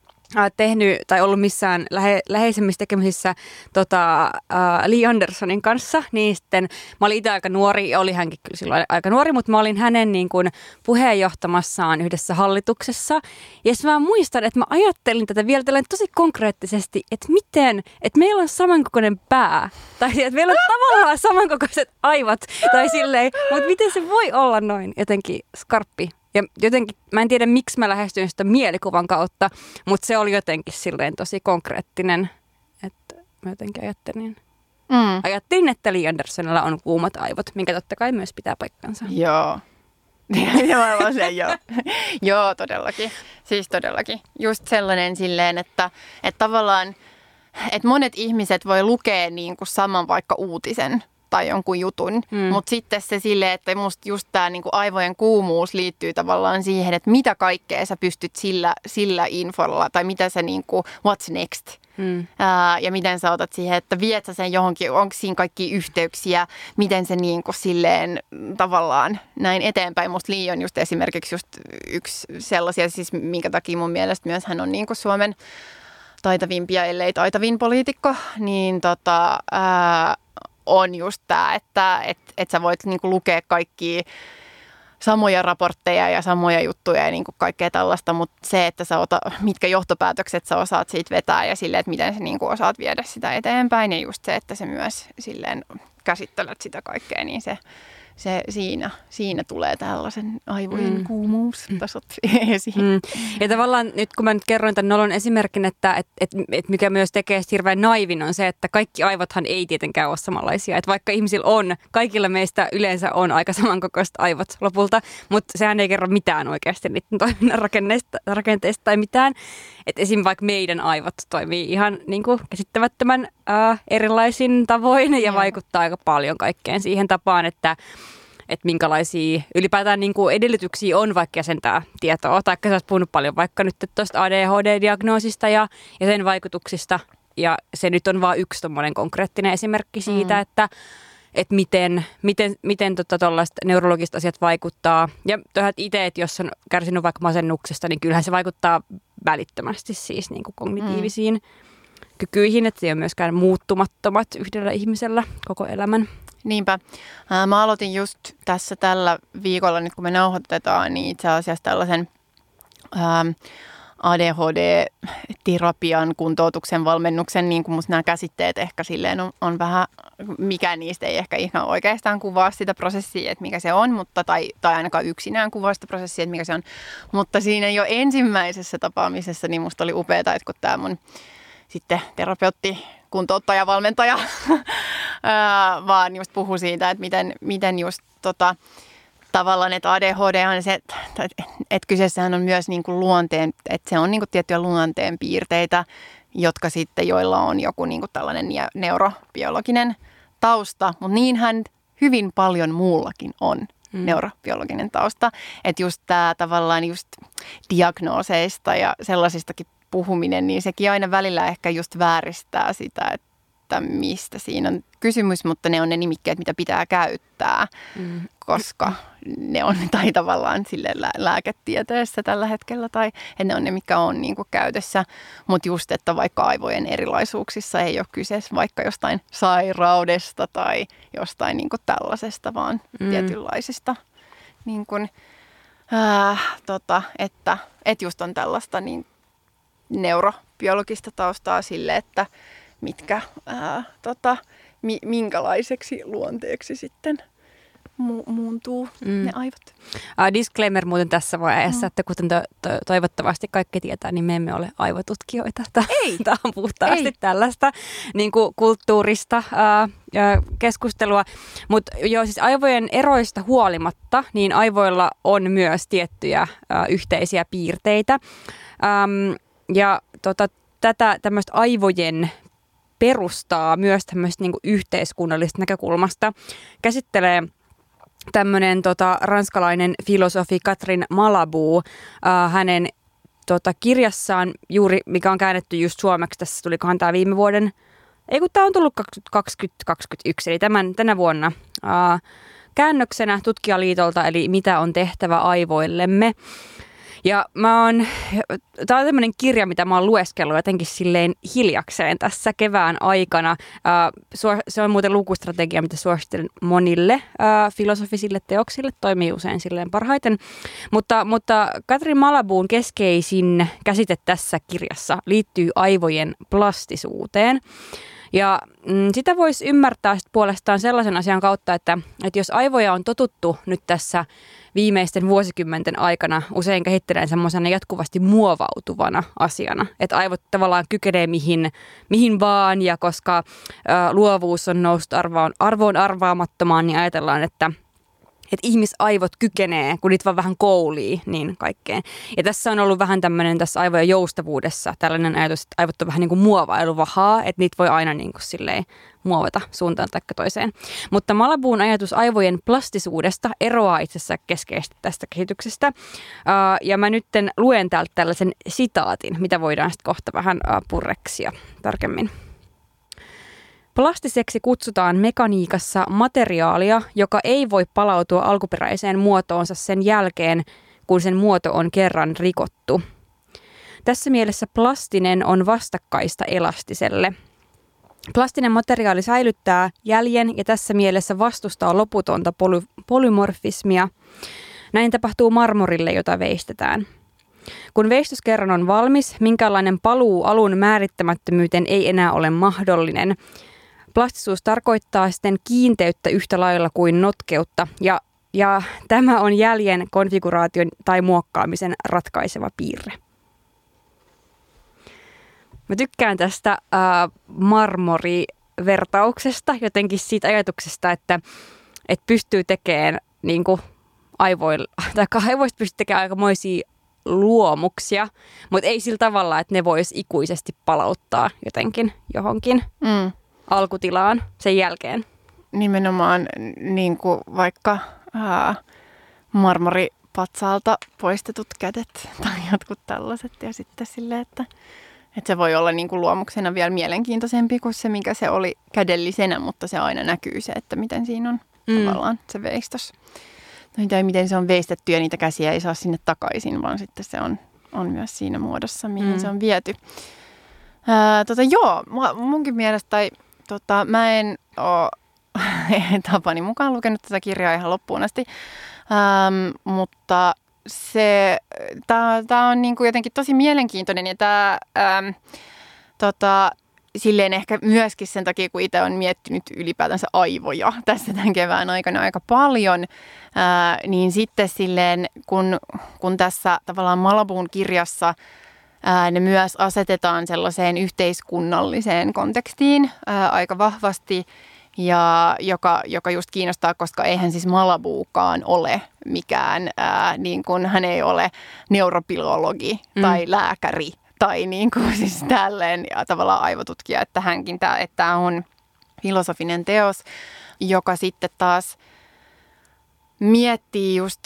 tehnyt tai ollut missään lähe, läheisemmissä tekemisissä tota, uh, Lee Andersonin kanssa, niin sitten mä olin itse aika nuori, oli hänkin kyllä silloin aika nuori, mutta mä olin hänen niin kuin puheenjohtamassaan yhdessä hallituksessa. Ja sitten mä muistan, että mä ajattelin tätä vielä tällainen tosi konkreettisesti, että miten, että meillä on samankokoinen pää, tai että meillä on tavallaan samankokoiset aivot, tai silleen, mutta miten se voi olla noin jotenkin skarppi. Ja jotenkin, mä en tiedä miksi mä lähestyin sitä mielikuvan kautta, mutta se oli jotenkin silleen tosi konkreettinen, että mä jotenkin ajattelin. Mm. Ajattelin, että Lee Andersonilla on kuumat aivot, minkä totta kai myös pitää paikkansa. Joo, Ja mä vaan sen, joo. Joo, todellakin. Siis todellakin. Just sellainen silleen, että, että tavallaan, että monet ihmiset voi lukea niin kuin saman vaikka uutisen tai jonkun jutun, hmm. mutta sitten se silleen, että musta just tämä niin kuin aivojen kuumuus liittyy tavallaan siihen, että mitä kaikkea sä pystyt sillä, sillä infolla, tai mitä sä niin kuin, what's next, hmm. Ää, ja miten sä otat siihen, että viet sä sen johonkin, onko siinä kaikki yhteyksiä, miten se niin kuin silleen tavallaan näin eteenpäin. Musta Li on just esimerkiksi just yksi sellaisia, siis minkä takia mun mielestä myös hän on niin kuin Suomen taitavimpia, ellei taitavin poliitikko, niin tota, ää, on just tämä, että et, et sä voit niinku lukea kaikkia samoja raportteja ja samoja juttuja ja niinku kaikkea tällaista, mutta se, että sä ota, mitkä johtopäätökset sä osaat siitä vetää ja silleen, että miten sä niinku osaat viedä sitä eteenpäin ja just se, että sä myös silleen käsittelet sitä kaikkea, niin se, se siinä, siinä tulee tällaisen aivojen mm. kuumuustasot esiin. Mm. Ja tavallaan nyt kun mä nyt kerroin tämän nolon esimerkin, että et, et, et mikä myös tekee hirveän naivin on se, että kaikki aivothan ei tietenkään ole samanlaisia. Että vaikka ihmisillä on, kaikilla meistä yleensä on aika samankokoiset aivot lopulta, mutta sehän ei kerro mitään oikeasti niiden toiminnan rakenteista, rakenteista tai mitään. Että esim. Vaikka meidän aivot toimii ihan niin kuin käsittämättömän äh, erilaisin tavoin ja mm. vaikuttaa aika paljon kaikkeen siihen tapaan, että että minkälaisia ylipäätään niin kuin edellytyksiä on vaikka jäsentää tietoa. Tai sä oot puhunut paljon vaikka nyt tuosta A D H D-diagnoosista ja, ja sen vaikutuksista. Ja se nyt on vain yksi tommoinen konkreettinen esimerkki siitä, mm. että, että miten, miten, miten tuollaiset tota neurologiset asiat vaikuttaa. Ja tuohon itse, että jos on kärsinyt vaikka masennuksesta, niin kyllähän se vaikuttaa välittömästi siis niin kuin kognitiivisiin mm. kykyihin. Että se ei ole myöskään muuttumattomat yhdellä ihmisellä koko elämän. Niinpä. Mä aloitin just tässä tällä viikolla, nyt kun me nauhoitetaan, niin itse asiassa tällaisen ää, A D H D-terapian, kuntoutuksen, valmennuksen, niin kuin musta nämä käsitteet ehkä silleen on, on vähän, mikä niistä ei ehkä ihan oikeastaan kuvaa sitä prosessia, että mikä se on, mutta, tai, tai ainakaan yksinään kuvaa sitä prosessia, että mikä se on. Mutta siinä jo ensimmäisessä tapaamisessa niin musta oli upeaa, että kun tämä mun sitten terapeutti, kuntouttaja, valmentaja, vaan just puhui siitä, että miten, miten just tota, tavallaan, että A D H D on se, että, että kyseessähän on myös niin kuin luonteen, että se on niin kuin tiettyjä luonteen piirteitä, jotka sitten, joilla on joku niin kuin tällainen neurobiologinen tausta, mutta niinhän hyvin paljon muullakin on mm. neurobiologinen tausta. Että just tämä tavallaan just diagnooseista ja sellaisistakin puhuminen, niin sekin aina välillä ehkä just vääristää sitä, että mistä siinä on kysymys, mutta ne on ne nimikkeet, mitä pitää käyttää, mm. koska ne on tai tavallaan sille lääketieteessä tällä hetkellä, tai että ne on ne, mitkä on niin kuin käytössä, mutta just, että vaikka aivojen erilaisuuksissa ei ole kyse vaikka jostain sairaudesta tai jostain niin kuin tällaisesta, vaan mm. tietynlaisista, niin kuin, äh, tota, että, että just on tällaista niin neurobiologista taustaa sille, että mitkä, ää, tota, mi, minkälaiseksi luonteeksi sitten mu- muuntuu mm. ne aivot. Uh, disclaimer muuten tässä vaiheessa, mm. että kuten to, to, toivottavasti kaikki tietää, niin me emme ole aivotutkijoita. Ei. Tämä on puhtaasti Ei. tällaista niin kuin kulttuurista uh, keskustelua. Mutta joo, siis aivojen eroista huolimatta, niin aivoilla on myös tiettyjä uh, yhteisiä piirteitä. Um, ja tota, tätä tämmöistä aivojen perustaa myös tämmöistä niinku yhteiskunnallisesta näkökulmasta käsittelee tämmöinen tota, ranskalainen filosofi Catherine Malabou. Äh, hänen tota, kirjassaan juuri, mikä on käännetty just suomeksi, tässä tulikohan tämä viime vuoden, ei kun tämä on tullut kaksituhattakaksikymmentäyksi, eli tämän, tänä vuonna äh, käännöksenä Tutkijaliitolta, eli mitä on tehtävä aivoillemme. Ja mä oon, tää on tämmöinen kirja, mitä mä oon lueskellut jotenkin silleen hiljakseen tässä kevään aikana. Se on muuten lukustrategia, mitä suosittelen monille filosofisille teoksille, toimii usein silleen parhaiten. Mutta, mutta Catherine Malaboun keskeisin käsite tässä kirjassa liittyy aivojen plastisuuteen. Ja mm, sitä voisi ymmärtää sit puolestaan sellaisen asian kautta, että, että jos aivoja on totuttu nyt tässä viimeisten vuosikymmenten aikana usein kehittelemään semmoisena jatkuvasti muovautuvana asiana, että aivot tavallaan kykenee mihin, mihin vaan, ja koska ä, luovuus on noussut arvoon, arvoon arvaamattomaan, niin ajatellaan, että että ihmisaivot kykenee, kun niitä vaan vähän koulii, niin kaikkeen. Ja tässä on ollut vähän tämmöinen tässä aivojen joustavuudessa tällainen ajatus, että aivot on vähän niin kuin muovailuvahaa, että niitä voi aina niin kuin silleen muovata suuntaan tai toiseen. Mutta Malibuun ajatus aivojen plastisuudesta eroaa itse asiassa keskeisesti tästä kehityksestä. Ja mä nyt luen täältä tällaisen sitaatin, mitä voidaan sitten kohta vähän purreksia tarkemmin. Plastiseksi kutsutaan mekaniikassa materiaalia, joka ei voi palautua alkuperäiseen muotoonsa sen jälkeen, kun sen muoto on kerran rikottu. Tässä mielessä plastinen on vastakkaista elastiselle. Plastinen materiaali säilyttää jäljen ja tässä mielessä vastustaa loputonta poly- polymorfismia. Näin tapahtuu marmorille, jota veistetään. Kun veistys kerran on valmis, minkälainen paluu alun määrittämättömyyteen ei enää ole mahdollinen. Plastisuus tarkoittaa sitten kiinteyttä yhtä lailla kuin notkeutta ja, ja tämä on jäljen konfiguraation tai muokkaamisen ratkaiseva piirre. Mä tykkään tästä äh, marmorivertauksesta, jotenkin siitä ajatuksesta, että, että pystyy tekemään niin kuin aivoilla, tai aivoista pystyy tekemään aikamoisia luomuksia, mutta ei sillä tavalla, että ne vois ikuisesti palauttaa jotenkin johonkin mm. alkutilaan sen jälkeen. Nimenomaan niin kuin vaikka ää, marmoripatsaalta poistetut kädet tai jotkut tällaiset ja sitten silleen, että Että se voi olla niin kuin luomuksena vielä mielenkiintoisempi kuin se, mikä se oli kädellisenä, mutta se aina näkyy se, että miten siinä on mm. tavallaan se veistos. Tai miten se on veistetty ja niitä käsiä ei saa sinne takaisin, vaan sitten se on, on myös siinä muodossa, mihin mm. se on viety. Ää, tota, joo, munkin mielestä, tai, tota, mä en ole tapani mukaan lukenut tätä kirjaa ihan loppuun asti, ähm, mutta se, tämä on niin kuin jotenkin tosi mielenkiintoinen ja tämä ähm, tota, silleen ehkä myöskin sen takia, kun itse on miettinyt ylipäätänsä aivoja tässä tämän kevään aikana aika paljon, ää, niin sitten silleen, kun, kun tässä tavallaan Malibuun kirjassa ää, ne myös asetetaan sellaiseen yhteiskunnalliseen kontekstiin ää, aika vahvasti, ja joka, joka just kiinnostaa, koska eihän siis Malibuukaan ole mikään, ää, niin kuin hän ei ole neurobiologi tai mm. lääkäri tai niin kuin siis tälleen ja tavallaan aivotutkija, että hänkin tämä, että tämä on filosofinen teos, joka sitten taas miettii just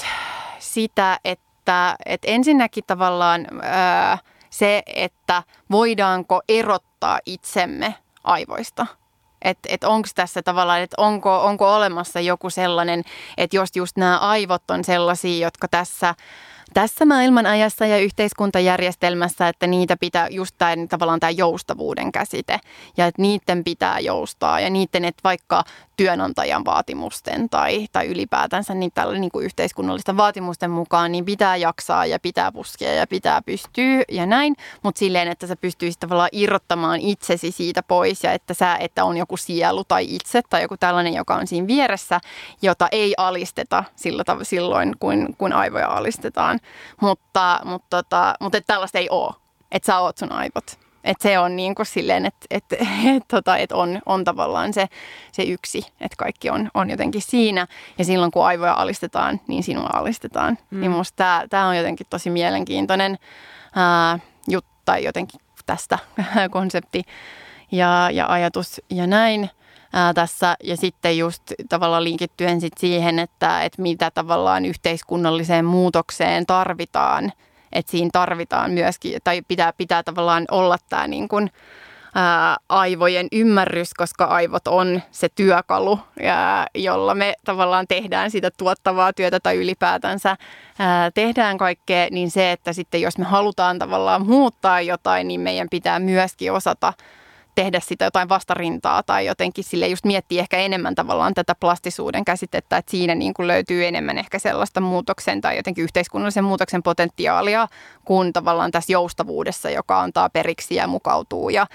sitä, että, että ensinnäkin tavallaan ää, se, että voidaanko erottaa itsemme aivoista. Että et onko tässä tavallaan, että onko, onko olemassa joku sellainen, että jos just nämä aivot on sellaisia, jotka tässä, tässä maailmanajassa ja yhteiskuntajärjestelmässä, että niitä pitää just tämän, tavallaan tämä joustavuuden käsite ja että niiden pitää joustaa ja niiden, että vaikka työnantajan vaatimusten tai, tai ylipäätänsä niin tällä niin kuin yhteiskunnallisten vaatimusten mukaan, niin pitää jaksaa ja pitää puskea ja pitää pystyä ja näin, mutta silleen, että sä pystyisit tavallaan irrottamaan itsesi siitä pois ja että sä, että on joku sielu tai itse tai joku tällainen, joka on siinä vieressä, jota ei alisteta sillä tav- silloin, kun, kun aivoja alistetaan, mutta, mutta, tota, mutta että tällaista ei ole, että sä oot sun aivot. Että se on niin kuin silleen, että et, et, tota, et on, on tavallaan se, se yksi, että kaikki on, on jotenkin siinä. Ja silloin kun aivoja alistetaan, niin sinua alistetaan. Mm. Niin musta tämä, tämä on jotenkin tosi mielenkiintoinen ää, juttu tai jotenkin tästä konsepti ja, ja ajatus ja näin ää, tässä. Ja sitten just tavallaan linkittyen sit siihen, että et mitä tavallaan yhteiskunnalliseen muutokseen tarvitaan. Että siinä tarvitaan myöskin, tai pitää, pitää tavallaan olla tämä niin kuin, ää, aivojen ymmärrys, koska aivot on se työkalu, ää, jolla me tavallaan tehdään sitä tuottavaa työtä tai ylipäätänsä ää, tehdään kaikkea, niin se, että sitten jos me halutaan tavallaan muuttaa jotain, niin meidän pitää myöskin osata tehdä sitä jotain vastarintaa tai jotenkin sille just miettiä ehkä enemmän tavallaan tätä plastisuuden käsitettä, että siinä niin kuin löytyy enemmän ehkä sellaista muutoksen tai jotenkin yhteiskunnallisen muutoksen potentiaalia kuin tavallaan tässä joustavuudessa, joka antaa periksi ja mukautuu ja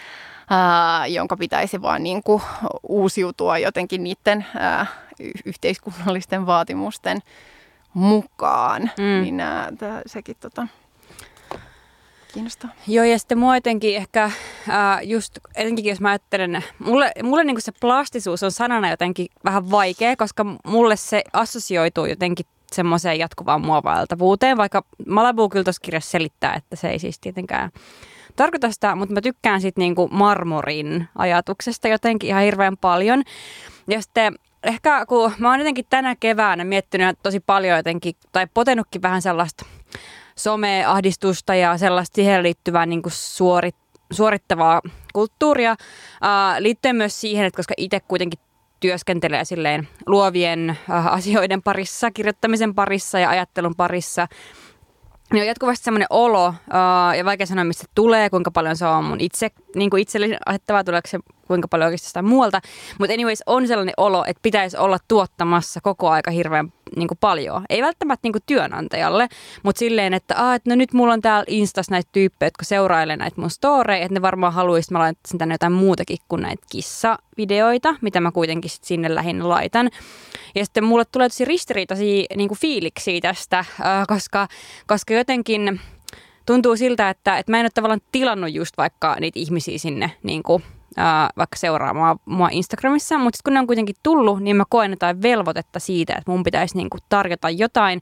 ää, jonka pitäisi vaan niin kuin uusiutua jotenkin niiden ää, yhteiskunnallisten vaatimusten mukaan. Mm. Niin ää, tää, sekin tota... kiinnostaa. Joo, ja sitten mua jotenkin ehkä, äh, just etenkin jos mä ajattelen, mulle, mulle niinku se plastisuus on sanana jotenkin vähän vaikea, koska mulle se assosioituu jotenkin semmoiseen jatkuvaan muovailtavuuteen, vaikka Malibu kyllä tuossa kirjassa selittää, että se ei siis tietenkään tarkoita sitä, mutta mä tykkään sitten niinku marmorin ajatuksesta jotenkin ihan hirveän paljon. Ja sitten ehkä kun mä oon jotenkin tänä keväänä miettinyt tosi paljon jotenkin, tai potenutkin vähän sellaista someahdistusta ja sellaista siihen liittyvää niin kuin suorit, suorittavaa kulttuuria, ää, liittyen myös siihen, että koska itse kuitenkin työskentelee silleen luovien ää, asioiden parissa, kirjoittamisen parissa ja ajattelun parissa, niin on jatkuvasti semmoinen olo, ää, ja vaikea sanoa, mistä se tulee, kuinka paljon se on mun itse, niin kuin itselleni ajattavaa, tuleeko se kuinka paljon oikeasti sitä muualta. Mutta anyways, on sellainen olo, että pitäisi olla tuottamassa koko aika hirveän niin kuin paljon. Ei välttämättä niin kuin työnantajalle, mutta silleen, että, ah, että no nyt mulla on täällä Instas näitä tyyppejä, jotka seurailee näitä mun storeja, että ne varmaan haluaisi, että mä laittaisin tänne jotain muutakin kuin näitä kissavideoita, mitä mä kuitenkin sit sinne lähinnä laitan. Ja sitten mulle tulee tosi ristiriitaisia niin kuin fiiliksiä tästä, äh, koska, koska jotenkin tuntuu siltä, että, että mä en ole tavallaan tilannut just vaikka niitä ihmisiä sinne niin kuin Ää, vaikka seuraamaan mua Instagramissa, mutta kun ne on kuitenkin tullut, niin mä koen jotain velvoitetta siitä, että mun pitäisi niinku tarjota jotain.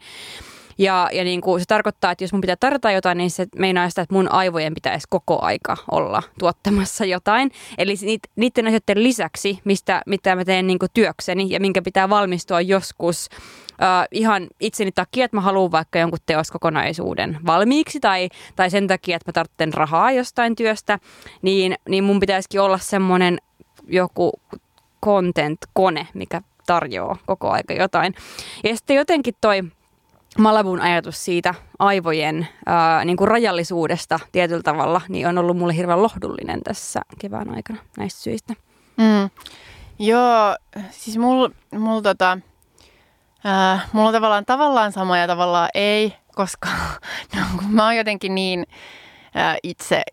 Ja, ja niinku se tarkoittaa, että jos mun pitää tarjota jotain, niin se meinaa sitä, että mun aivojen pitäisi koko aika olla tuottamassa jotain. Eli niiden asioiden lisäksi, mistä, mitä mä teen niinku työkseni ja minkä pitää valmistua joskus Uh, ihan itseni takia, että mä haluan vaikka jonkun teoskokonaisuuden valmiiksi tai, tai sen takia, että mä tarvitsen rahaa jostain työstä, niin, niin mun pitäisikin olla semmoinen joku content-kone, mikä tarjoaa koko aika jotain. Ja sitten jotenkin toi Malibun ajatus siitä aivojen ää, niin kuin rajallisuudesta tietyllä tavalla, niin on ollut mulle hirveän lohdullinen tässä kevään aikana näistä syistä. Mm. Joo, siis mulla mul, tota, äh, mulla on tavallaan, tavallaan sama ja tavallaan ei, koska no, kun mä oon jotenkin niin äh, itse,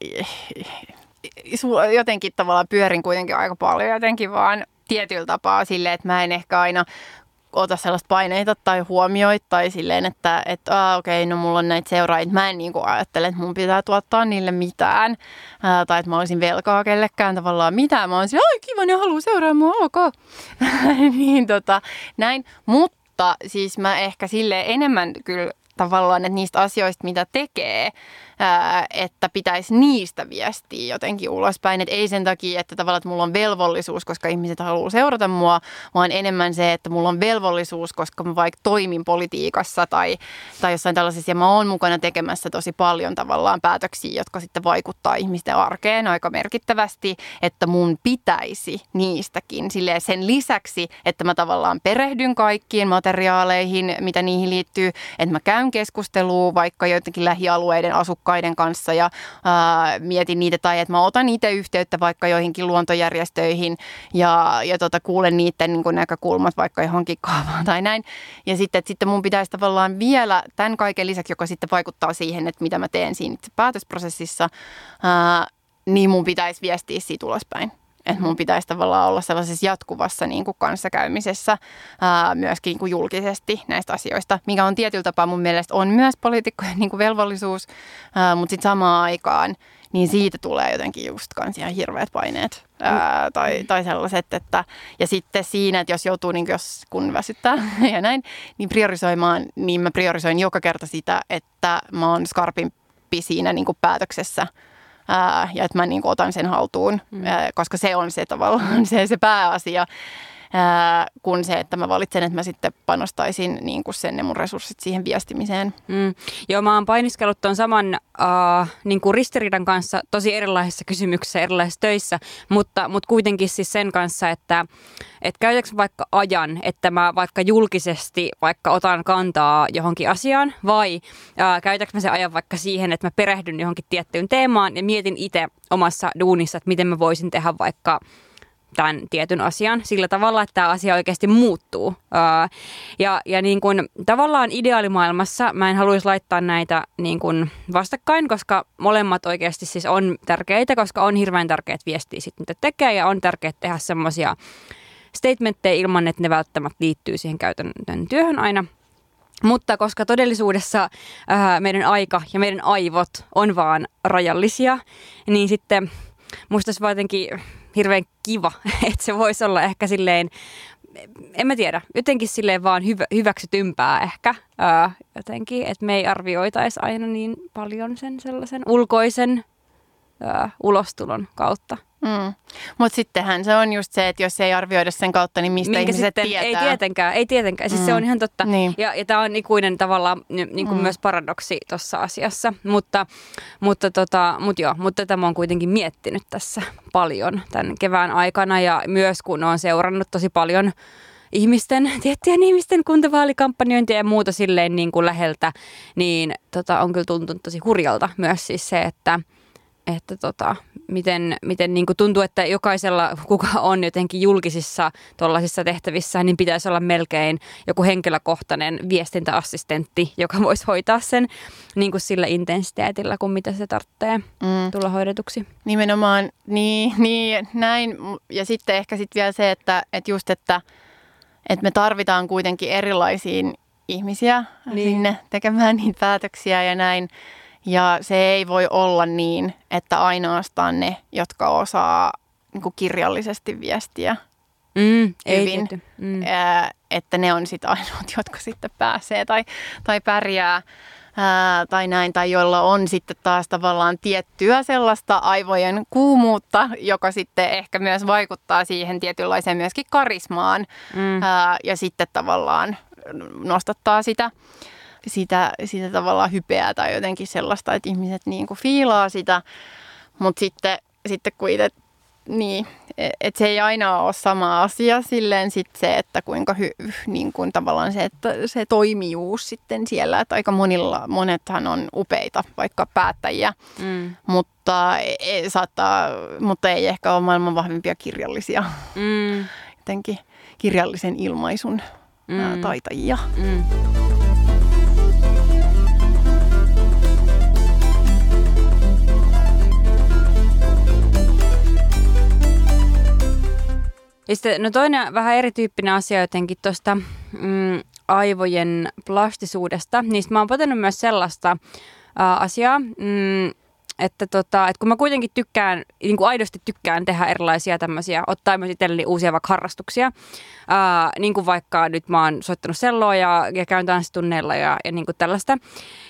jotenkin tavallaan pyörin kuitenkin aika paljon jotenkin vaan tietyllä tapaa silleen, että mä en ehkä aina ota sellaista paineita tai huomioita tai silleen, että et, ah, okei, okay, no mulla on näitä seuraajia. Mä en niin kuin ajattele, että mun pitää tuottaa niille mitään ää, tai että mä olisin velkaa kellekään tavallaan mitään. Mä oon silleen, ai kiva, ne haluaa seuraa mua, ok. niin tota, näin. Mutta siis mä ehkä silleen enemmän kyllä tavallaan, että niistä asioista, mitä tekee, ää, että pitäisi niistä viestiä jotenkin ulospäin. Että ei sen takia, että tavallaan että mulla on velvollisuus, koska ihmiset haluaa seurata mua, vaan enemmän se, että mulla on velvollisuus, koska mä vaikka toimin politiikassa tai, tai jossain tällaisessa. Ja mä oon mukana tekemässä tosi paljon tavallaan päätöksiä, jotka sitten vaikuttaa ihmisten arkeen aika merkittävästi, että mun pitäisi niistäkin. Silleen sen lisäksi, että mä tavallaan perehdyn kaikkiin materiaaleihin, mitä niihin liittyy, että mä käyn keskustelua vaikka joidenkin lähialueiden asukkaiden kanssa ja ää, mietin niitä tai että mä otan itse yhteyttä vaikka joihinkin luontojärjestöihin ja, ja tota, kuulen niiden niin kuin näkökulmat vaikka johonkin kaavaan tai näin. Ja sitten, että sitten mun pitäisi tavallaan vielä tämän kaiken lisäksi, joka sitten vaikuttaa siihen, että mitä mä teen siinä itse päätösprosessissa, ää, niin mun pitäisi viestiä siitä ulospäin. Että mun pitäisi tavallaan olla sellaisessa jatkuvassa niin kuin kanssakäymisessä ää, myöskin niin kuin julkisesti näistä asioista, mikä on tietyllä tapaa mun mielestä on myös poliitikkojen niin kuin velvollisuus, ää, mutta sitten samaan aikaan niin siitä tulee jotenkin just kans ihan hirveät paineet ää, tai, tai sellaiset, että ja sitten siinä, että jos joutuu, niin jos kun väsyttää ja näin, niin priorisoimaan, niin mä priorisoin joka kerta sitä, että mä oon skarpimpi siinä niin kuin päätöksessä. Ää, ja että mä niin kuin otan sen haltuun, mm. ää, koska se on se tavallaan se, se pääasia, ää, kun se, että mä valitsen, että mä sitten panostaisin niin kuin sen ne mun resurssit siihen viestimiseen. Mm. Joo, mä oon painiskellut ton saman äh, niin kuin ristiriidan kanssa tosi erilaisissa kysymyksissä, erilaisissa töissä, mutta, mutta kuitenkin siis sen kanssa, että et käytätkö vaikka ajan, että mä vaikka julkisesti vaikka otan kantaa johonkin asiaan, vai äh, käytätkö mä sen ajan vaikka siihen, että mä perehdyn johonkin tiettyyn teemaan ja mietin itse omassa duunissa, että miten mä voisin tehdä vaikka tämän tietyn asian sillä tavalla, että tämä asia oikeasti muuttuu. Ää, ja ja niin kun, tavallaan ideaalimaailmassa mä en haluaisi laittaa näitä niin kun vastakkain, koska molemmat oikeasti siis on tärkeitä, koska on hirveän tärkeät viestiä sit, mitä tekee, ja on tärkeää tehdä semmoisia statementteja ilman, että ne välttämättä liittyy siihen käytännön työhön aina. Mutta koska todellisuudessa ää, meidän aika ja meidän aivot on vaan rajallisia, niin sitten musta olisi vaan jotenkin hirveän kiva, että se voisi olla ehkä silleen, en mä tiedä, jotenkin silleen vaan hyvä, hyväksytympää ehkä ää, jotenkin, että me ei arvioitaisi aina niin paljon sen sellaisen ulkoisen ää, ulostulon kautta. Mm. Mutta sittenhän se on just se, että jos ei arvioida sen kautta, niin mistä Minkä ihmiset sitten, tietää. Ei tietenkään, ei tietenkään. Siis mm. se on ihan totta. Niin. Ja, ja tämä on ikuinen tavallaan niin kuin mm. myös paradoksi tuossa asiassa. Mutta, mutta, tota, mut joo, mutta tätä mä oon kuitenkin miettinyt tässä paljon tämän kevään aikana. Ja myös kun oon seurannut tosi paljon ihmisten, tiettyjen ihmisten kuntavaalikampanjointia ja muuta silleen niin kuin läheltä, niin tota, on kyllä tuntunut tosi hurjalta myös siis se, että että tota, miten, miten niin kuin tuntuu, että jokaisella, kuka on jotenkin julkisissa tuollaisissa tehtävissä, niin pitäisi olla melkein joku henkilökohtainen viestintäassistentti, joka voisi hoitaa sen niin kuin sillä intensiteetillä, kuin mitä se tarvitsee mm. tulla hoidetuksi. Nimenomaan, niin, niin, näin. Ja sitten ehkä sitten vielä se, että, että just, että, että me tarvitaan kuitenkin erilaisia ihmisiä niin. sinne tekemään niitä päätöksiä ja näin. Ja se ei voi olla niin, että ainoastaan ne, jotka osaa niin kuin kirjallisesti viestiä mm, hyvin, ei mm. ää, että ne on sitten ainoat, jotka sitten pääsee tai, tai pärjää ää, tai näin. Tai joilla on sitten taas tavallaan tiettyä sellaista aivojen kuumuutta, joka sitten ehkä myös vaikuttaa siihen tietynlaiseen myöskin karismaan mm. ää, ja sitten tavallaan nostattaa sitä. Sitä, sitä tavallaan hypeää tai jotenkin sellaista, että ihmiset niin kuin fiilaa sitä, mutta sitten, sitten kun itse, niin, että se ei aina ole sama asia silleen sit se, että kuinka hy, niin kuin tavallaan se, että se toimijuus sitten siellä, että aika monilla, monethan on upeita vaikka päättäjiä, mm. mutta, ei, saattaa, mutta ei ehkä ole maailman vahvimpia kirjallisia, mm. jotenkin kirjallisen ilmaisun mm. ää, taitajia. Mm. Ja sitten, no toinen vähän erityyppinen asia jotenkin tuosta mm, aivojen plastisuudesta, niin mä oon potenut myös sellaista ä, asiaa, mm, että, tota, että kun mä kuitenkin tykkään, niin kuin aidosti tykkään tehdä erilaisia tämmöisiä, ottaa myös itselleni uusia vaikka harrastuksia, ä, niin kuin vaikka nyt mä oon soittanut selloa ja, ja käyn tanssitunneilla ja, ja niin kuin tällaista.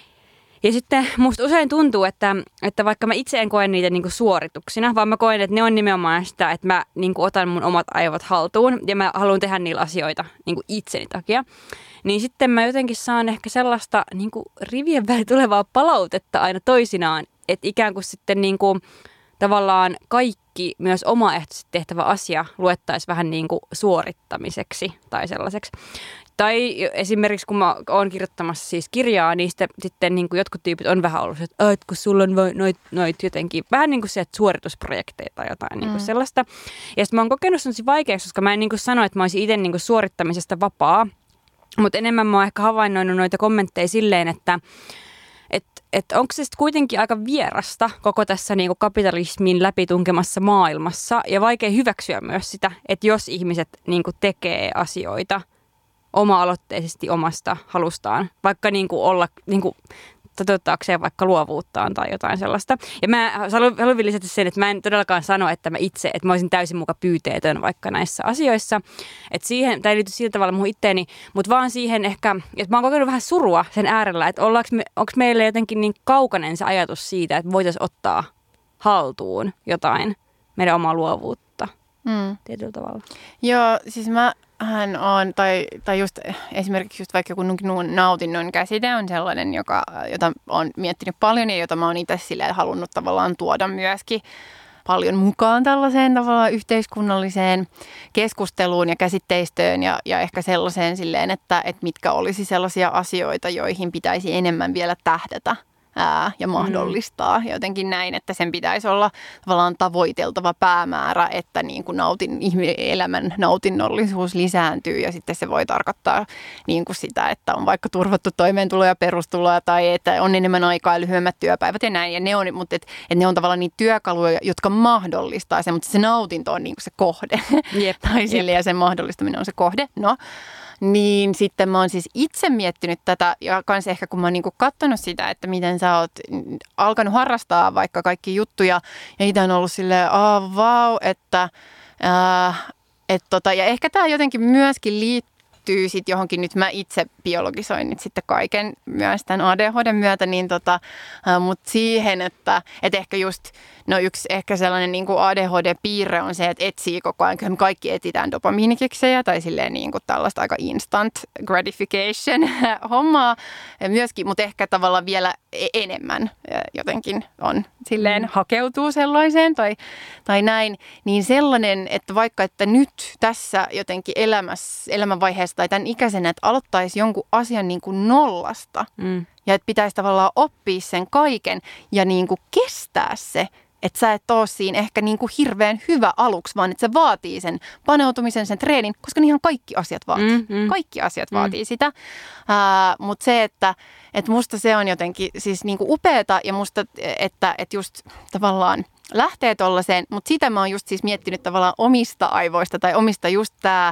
Ja sitten musta usein tuntuu, että, että vaikka mä itse en koe niitä niinku suorituksina, vaan mä koen, että ne on nimenomaan sitä, että mä niinku otan mun omat aivot haltuun ja mä haluan tehdä niillä asioita niinku itseni takia. Niin sitten mä jotenkin saan ehkä sellaista niinku rivien välillä tulevaa palautetta aina toisinaan, että ikään kuin sitten niinku tavallaan kaikki myös omaehtoisesti tehtävä asia luettaisiin vähän niinku suorittamiseksi tai sellaiseksi. Tai esimerkiksi kun mä oon kirjoittamassa siis kirjaa, niin sitten, sitten niin kuin jotkut tyypit on vähän ollut, että, että kun sulla on noit, noit jotenkin, vähän niin kuin se, että suoritusprojekteja tai jotain mm. niin kuin sellaista. Ja sitten mä oon kokenut sellaisia vaikeuksia, koska mä en niin kuin sano, että mä olisin itse niin kuin suorittamisesta vapaa. Mutta enemmän mä oon ehkä havainnoinut noita kommentteja silleen, että Että et onko se sitten kuitenkin aika vierasta koko tässä niinku kapitalismin läpitunkemassa maailmassa ja vaikea hyväksyä myös sitä, että jos ihmiset niinku tekee asioita oma-aloitteisesti omasta halustaan, vaikka niinku olla niinku toteuttaakseen vaikka luovuuttaan tai jotain sellaista. Ja mä haluan lisätä sen, että mä en todellakaan sano, että mä itse, että mä olisin täysin muka pyyteetön vaikka näissä asioissa. Että siihen, tämä ei liity sillä tavalla mun itteeni, mutta vaan siihen ehkä, että mä oon kokenut vähän surua sen äärellä, että me, onko meille jotenkin niin kaukainen se ajatus siitä, että voitaisiin ottaa haltuun jotain meidän omaa luovuutta mm. tietyllä tavalla. Joo, siis mä hän on, tai, tai just esimerkiksi just vaikka joku nautinnon käsite on sellainen, joka, jota olen miettinyt paljon ja jota mä oon itse silleen halunnut tavallaan tuoda myöskin paljon mukaan tällaiseen tavallaan yhteiskunnalliseen keskusteluun ja käsitteistöön ja, ja ehkä sellaiseen silleen, että, että mitkä olisi sellaisia asioita, joihin pitäisi enemmän vielä tähdätä. Ää, ja mahdollistaa. Mm. Jotenkin näin, että sen pitäisi olla tavallaan tavoiteltava päämäärä, että niin kuin nautin, elämän nautinnollisuus lisääntyy ja sitten se voi tarkoittaa niin kuin sitä, että on vaikka turvattu toimeentulo ja perustuloa tai että on enemmän aikaa ja lyhyemmät työpäivät ja näin. Ja ne on, mutta et, et ne on tavallaan niitä työkaluja, jotka mahdollistaa sen, mutta se nautinto on niin kuin se kohde. Jep. tai sille ja sen mahdollistaminen on se kohde. No. Niin sitten mä oon siis itse miettinyt tätä ja kans ehkä kun mä oon niinku katsonut sitä, että miten sä oot alkanut harrastaa vaikka kaikki juttuja ja itse on ollut silleen, aah vau, että äh, et tota, ja ehkä tää jotenkin myöskin liittyy sit johonkin, nyt mä itse biologisoin nyt sitten kaiken myös tämän A D H D:n myötä, niin tota, äh, mutta siihen, että et ehkä just, no yksi ehkä sellainen niin kuin A D H D-piirre on se, että etsii koko ajan, kyllä me kaikki etsitään dopamiinikeksejä tai silleen niin kuin tällaista aika instant gratification hommaa myöskin, mutta ehkä tavallaan vielä enemmän jotenkin on silleen mm. hakeutuu sellaiseen tai, tai näin, niin sellainen, että vaikka että nyt tässä jotenkin elämässä, elämänvaiheessa tai tämän ikäisenä, että aloittaisi jonkun asian niin kuin nollasta mm. ja että pitäisi tavallaan oppia sen kaiken ja niin kuin kestää se, että sä et ole siinä ehkä niin kuin hirveän hyvä aluksi, vaan että se vaatii sen paneutumisen, sen treenin, koska ihan kaikki asiat vaatii. Mm, mm. Kaikki asiat mm. vaatii sitä. Mutta se, että et musta se on jotenkin siis niin kuin upeata ja musta, että et just tavallaan lähtee tollaiseen, mutta sitä mä oon just siis miettinyt tavallaan omista aivoista tai omista just tää,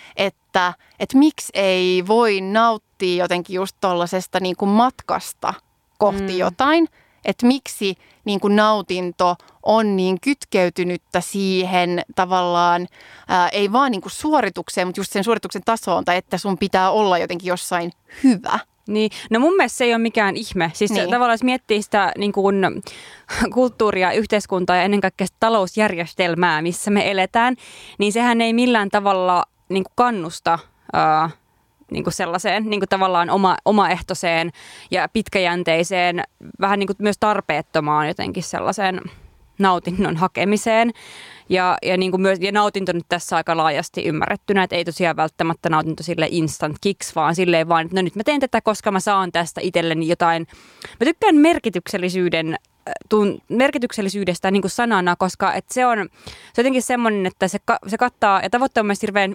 että et miksi ei voi nauttia jotenkin just tollasesta niin kuin matkasta kohti mm. jotain. Että miksi niin kuin nautinto on niin kytkeytynyttä siihen tavallaan, ää, ei vaan niin kuin suoritukseen, mutta just sen suorituksen tasoon, tai että sun pitää olla jotenkin jossain hyvä. Niin, no mun mielestä se ei ole mikään ihme. Siis niin. Tavallaan jos miettii sitä niin kuin kulttuuria, yhteiskuntaa ja ennen kaikkea talousjärjestelmää, missä me eletään, niin sehän ei millään tavalla niin kuin kannusta ää, niin kuin sellaiseen niin kuin tavallaan oma, omaehtoiseen ja pitkäjänteiseen, vähän niin kuin myös tarpeettomaan jotenkin sellaiseen nautinnon hakemiseen. Ja, ja, niin kuin myös, ja nautinto nyt tässä aika laajasti ymmärrettynä, että ei tosiaan välttämättä nautinto sille instant kicks, vaan silleen vaan, että no nyt mä teen tätä, koska mä saan tästä itselleni jotain. Mä tykkään merkityksellisyyden Tun, merkityksellisyydestä niin kuin sanana, koska että se on se jotenkin semmoinen, että se, se kattaa ja tavoittaa myös hirveän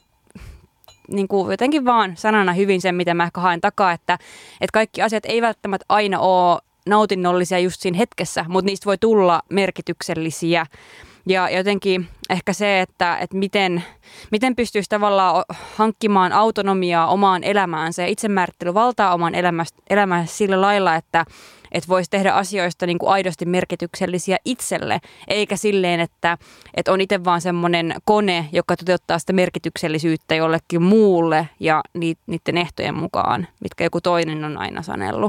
niin kuin jotenkin vaan sanana hyvin sen, mitä mä ehkä haen takaa, että, että kaikki asiat ei välttämättä aina ole nautinnollisia just siinä hetkessä, mutta niistä voi tulla merkityksellisiä. Ja jotenkin ehkä se, että, että miten, miten pystyisi tavallaan hankkimaan autonomiaa omaan elämäänsä ja itsemäärittelyvaltaa omaan elämäänsä sillä lailla, että, että voisi tehdä asioista niin kuin aidosti merkityksellisiä itselle, eikä silleen, että, että on itse vaan semmoinen kone, joka toteuttaa sitä merkityksellisyyttä jollekin muulle ja niiden ehtojen mukaan, mitkä joku toinen on aina sanellut.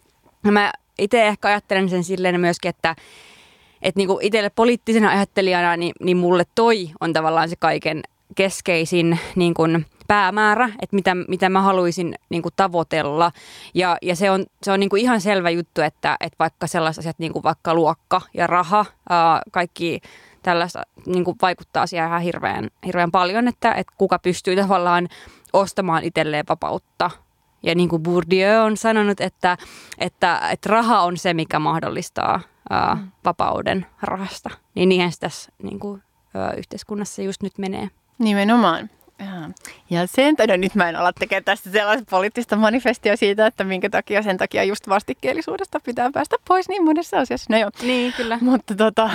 Mä itse ehkä ajattelen sen silleen myöskin, että Että niinku itselle poliittisena ajattelijana, niin, niin mulle toi on tavallaan se kaiken keskeisin niin kuin päämäärä, että mitä, mitä mä haluaisin niin kuin tavoitella. Ja, ja se on, se on niin kuin ihan selvä juttu, että, että vaikka sellaiset asiat niin kuin vaikka luokka ja raha, ää, kaikki tällaista niin kuin vaikuttaa siihen ihan hirveän, hirveän paljon, että, että kuka pystyy tavallaan ostamaan itselleen vapautta. Ja niin kuin Bourdieu on sanonut, että, että, että raha on se, mikä mahdollistaa ää, mm. vapauden rahasta. Niin niinhän se tässä niin kuin, ää, yhteiskunnassa just nyt menee. Nimenomaan. Ja sen takia, no nyt mä en ala tekemään tästä sellaista poliittista manifestia siitä, että minkä takia sen takia just vastikkeellisuudesta pitää päästä pois niin monessa asiassa. No joo. Niin, kyllä. Mutta tota,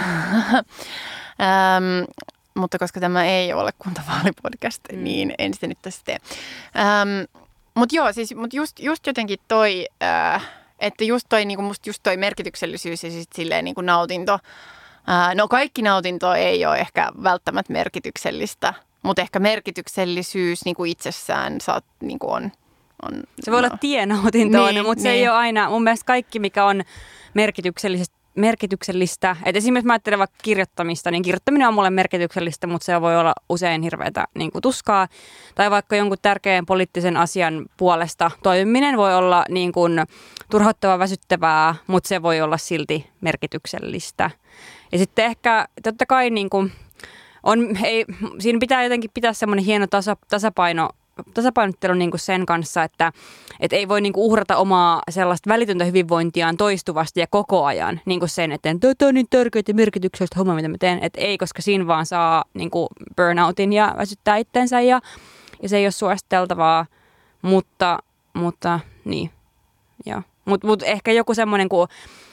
ähm, mutta koska tämä ei ole kuntavaalipodcast, mm. niin en sitä nyt tässä tee. Ähm, Mutta joo, siis mut just, just jotenkin toi, äh, että just toi, niinku, musta just toi merkityksellisyys ja sit silleen niinku nautinto. Äh, no kaikki nautinto ei ole ehkä välttämättä merkityksellistä, mutta ehkä merkityksellisyys niinku itsessään saat, niinku on, on... Se voi no. olla tienautintoon, niin, mutta niin. Se ei ole aina, mun mielestä kaikki mikä on merkityksellistä, merkityksellistä. Et esimerkiksi mä ajattelen vaikka kirjoittamista, niin kirjoittaminen on mulle merkityksellistä, mutta se voi olla usein hirveätä niin kuin tuskaa. Tai vaikka jonkun tärkeän poliittisen asian puolesta toimiminen voi olla niin kuin turhauttavaa, väsyttävää, mutta se voi olla silti merkityksellistä. Ja sitten ehkä totta kai niin kuin on, ei, siinä pitää jotenkin pitää semmoinen hieno tasa, tasapaino tasapainottelu niin kuin sen kanssa, että et ei voi niin kuin uhrata omaa sellaista välitöntä hyvinvointiaan toistuvasti ja koko ajan niin kuin sen, että tämä on niin tärkeää ja merkityksellistä homma, mitä mä teen. Et ei, koska siinä vaan saa niin kuin burnoutin ja väsyttää itsensä ja, ja se ei ole suositeltavaa, mutta, mutta niin. Mutta mut ehkä joku semmoinen kuin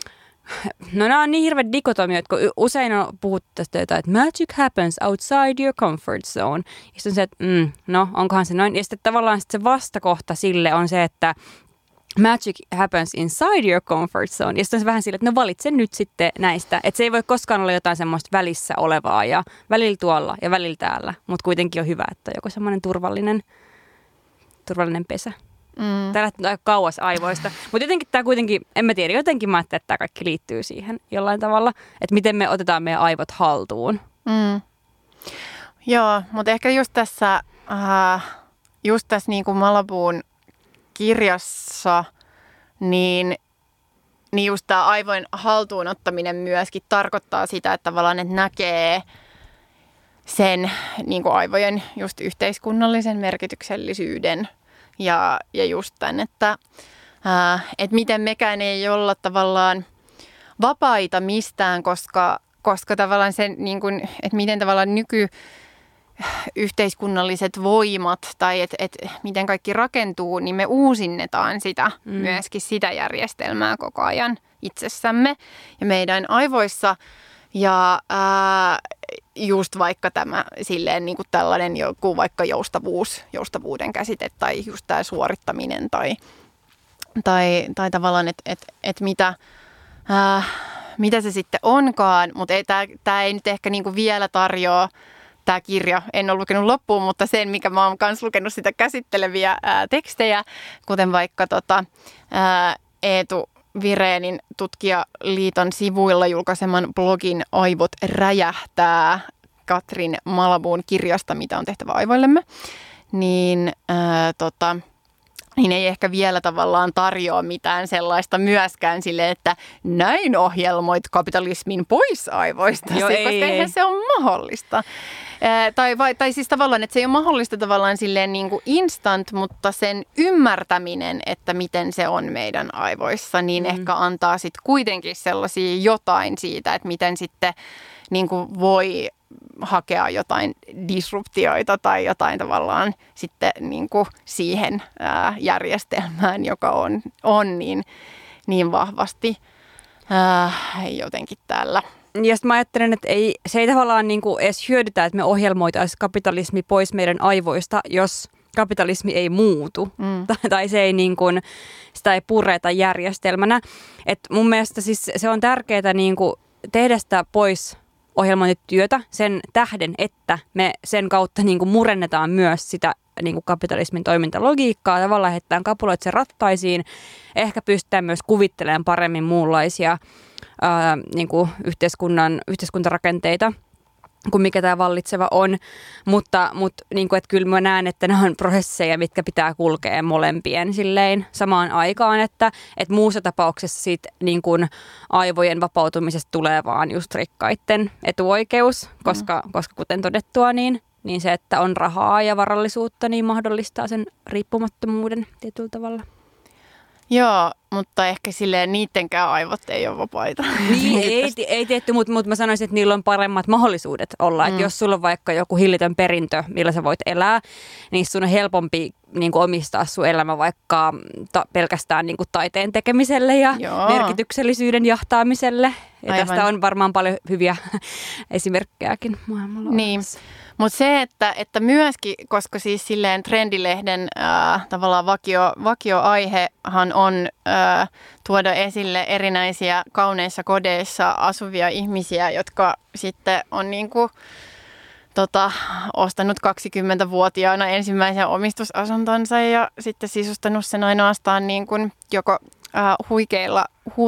No nämä on niin hirveät dikotomioita, kun usein on puhuttu tästä jotain, että magic happens outside your comfort zone. Ja sitten on se, että mm, no onkohan se noin. Ja sitten tavallaan sit se vastakohta sille on se, että magic happens inside your comfort zone. Ja sitten on se vähän sille, että no valitse nyt sitten näistä. Että se ei voi koskaan olla jotain semmoista välissä olevaa ja välillä tuolla ja välillä täällä. Mutta kuitenkin on hyvä, että on joku semmoinen turvallinen, turvallinen pesä. Mm. Tämä lähtee aika kauas aivoista. Mutta jotenkin tämä kuitenkin, en mä tiedä, jotenkin mä ajattelin, että tämä kaikki liittyy siihen jollain tavalla. Että miten me otetaan meidän aivot haltuun. Mm. Joo, mutta ehkä just tässä, äh, just tässä niin kuin Malibuun kirjassa, niin, niin just tämä aivojen haltuun ottaminen myöskin tarkoittaa sitä, että tavallaan että näkee sen niin kuin aivojen just yhteiskunnallisen merkityksellisyyden. Ja, ja just tämän, että, ää, että miten mekään ei olla tavallaan vapaita mistään, koska, koska tavallaan se, niin kuin, että miten tavallaan nykyyhteiskunnalliset voimat tai että että miten kaikki rakentuu, niin me uusinnetaan sitä, mm. myöskin sitä järjestelmää koko ajan itsessämme ja meidän aivoissa. Ja ää, just vaikka tämä silleen niin kuin tällainen joku vaikka joustavuus, joustavuuden käsite tai just tämä suorittaminen tai, tai, tai tavallaan, että et, et mitä, ää, mitä se sitten onkaan, mutta tämä ei nyt ehkä niin kuin vielä tarjoa tämä kirja, en ole lukenut loppuun, mutta sen, mikä mä oon myös lukenut sitä käsitteleviä ää, tekstejä, kuten vaikka tota, ää, Eetu Virenin tutkijaliiton sivuilla julkaiseman blogin Aivot räjähtää Katrin Malibuun kirjasta, mitä on tehtävä aivoillemme, niin, ää, tota, niin ei ehkä vielä tavallaan tarjoa mitään sellaista myöskään sille, että näin ohjelmoit kapitalismin pois aivoista, koska eihän se on mahdollista. Ää, tai, vai, tai siis tavallaan, että se ei ole mahdollista tavallaan silleen niin kuin instant, mutta sen ymmärtäminen, että miten se on meidän aivoissa, niin mm. ehkä antaa sitten kuitenkin sellaisia jotain siitä, että miten sitten niin kuin voi hakea jotain disruptioita tai jotain tavallaan sitten niin kuin siihen ää, järjestelmään, joka on, on niin, niin vahvasti ää, jotenkin täällä. Ja sitten mä ajattelen, että ei, se ei tavallaan niin kuin edes hyödytä, että me ohjelmoitaisiin kapitalismi pois meidän aivoista, jos kapitalismi ei muutu. Mm. Tai, tai se ei niin kuin, sitä ei pureta järjestelmänä. Et mun mielestä siis se on tärkeää niin kuin tehdä sitä pois ohjelmointityötä sen tähden, että me sen kautta niin kuin murennetaan myös sitä niin kuin kapitalismin toimintalogiikkaa. Tavallaan heitetään kapuloit sen rattaisiin. Ehkä pystytään myös kuvittelemaan paremmin muunlaisia ää, niin kuin yhteiskunnan, yhteiskuntarakenteita kuin mikä tämä vallitseva on. Mutta, mutta niin kuin, että kyllä mä näen, että nämä on prosesseja, mitkä pitää kulkea molempien silleen samaan aikaan. Että, että muussa tapauksessa siitä niin kuin aivojen vapautumisesta tulee vaan just rikkaitten etuoikeus, koska, mm. koska kuten todettua, niin, niin se, että on rahaa ja varallisuutta, niin mahdollistaa sen riippumattomuuden tietyllä tavalla. Joo, mutta ehkä silleen niittenkään aivot ei ole vapaita. Niin, ei, ei tietty, mutta, mutta mä sanoisin, että niillä on paremmat mahdollisuudet olla. Mm. Että jos sulla on vaikka joku hillitön perintö, millä sä voit elää, niin sun on helpompi niin kuin omistaa sun elämä vaikka ta- pelkästään niin kuin taiteen tekemiselle ja Joo. merkityksellisyyden jahtaamiselle. Ja Aivan. tästä on varmaan paljon hyviä esimerkkejäkin maailmalla. Niin. Mutta se, että, että myöskin, koska siis silleen Trendilehden ää, tavallaan vakio, vakioaihehan on ää, tuoda esille erinäisiä kauneissa kodeissa asuvia ihmisiä, jotka sitten on niinku, tota, ostanut kaksikymmentävuotiaana ensimmäisen omistusasuntonsa ja sitten sisustanut sen ainoastaan niin kuin joko ää, huikeilla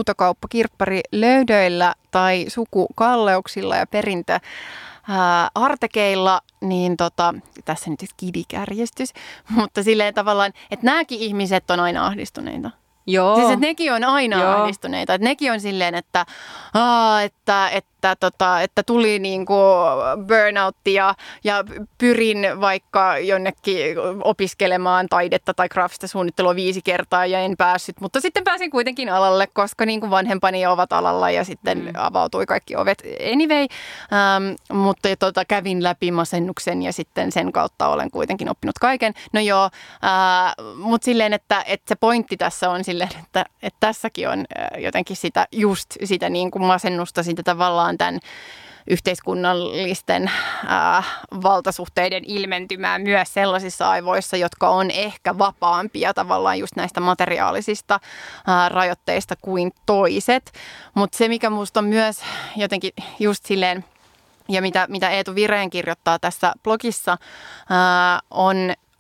huutokauppakirpparilöydöillä tai sukukalleuksilla ja perintö Ää, artekeilla, niin tota, tässä nyt kidikärjestys, mutta silleen tavallaan, että nämäkin ihmiset on aina ahdistuneita. Joo. Siis, että nekin on aina Joo. ahdistuneita. Että nekin on silleen, että, aa, että, että että, tota, että tuli niinku burnoutti ja, ja pyrin vaikka jonnekin opiskelemaan taidetta tai graafista suunnittelua viisi kertaa ja en päässyt, mutta sitten pääsin kuitenkin alalle, koska niinku vanhempani ovat alalla ja sitten mm. avautui kaikki ovet anyway, ähm, mutta tota, kävin läpi masennuksen ja sitten sen kautta olen kuitenkin oppinut kaiken. No joo, äh, mutta silleen, että, että se pointti tässä on silleen, että, että tässäkin on äh, jotenkin sitä, just sitä niin kuin masennusta, sitä tavallaan tämän yhteiskunnallisten äh, valtasuhteiden ilmentymää myös sellaisissa aivoissa, jotka on ehkä vapaampia tavallaan just näistä materiaalisista äh, rajoitteista kuin toiset. Mutta se, mikä musta on myös jotenkin just silleen, ja mitä, mitä Eetu Vireen kirjoittaa tässä blogissa, ää, on,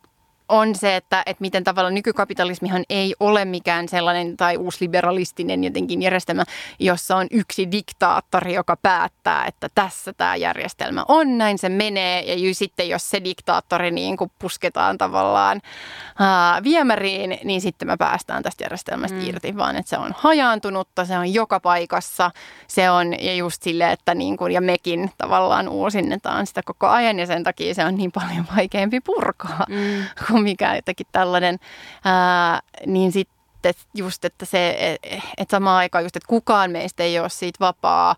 on se, että, että miten tavallaan nykykapitalismihan ei ole mikään sellainen tai uusliberalistinen jotenkin järjestelmä, jossa on yksi diktaattori, joka päättää, että tässä tämä järjestelmä on, näin se menee. Ja sitten jos se diktaattori niin kuin pusketaan tavallaan ää, viemäriin, niin sitten me päästään tästä järjestelmästä mm. irti, vaan että se on hajaantunutta, se on joka paikassa, se on ja just silleen, että niin kuin, ja mekin tavallaan uusinnetaan sitä koko ajan ja sen takia se on niin paljon vaikeampi purkaa mm. kuin mikä jotenkin tällainen, ää, niin sitten just, että se, että samaan aikaan just, että kukaan meistä ei ole siitä vapaa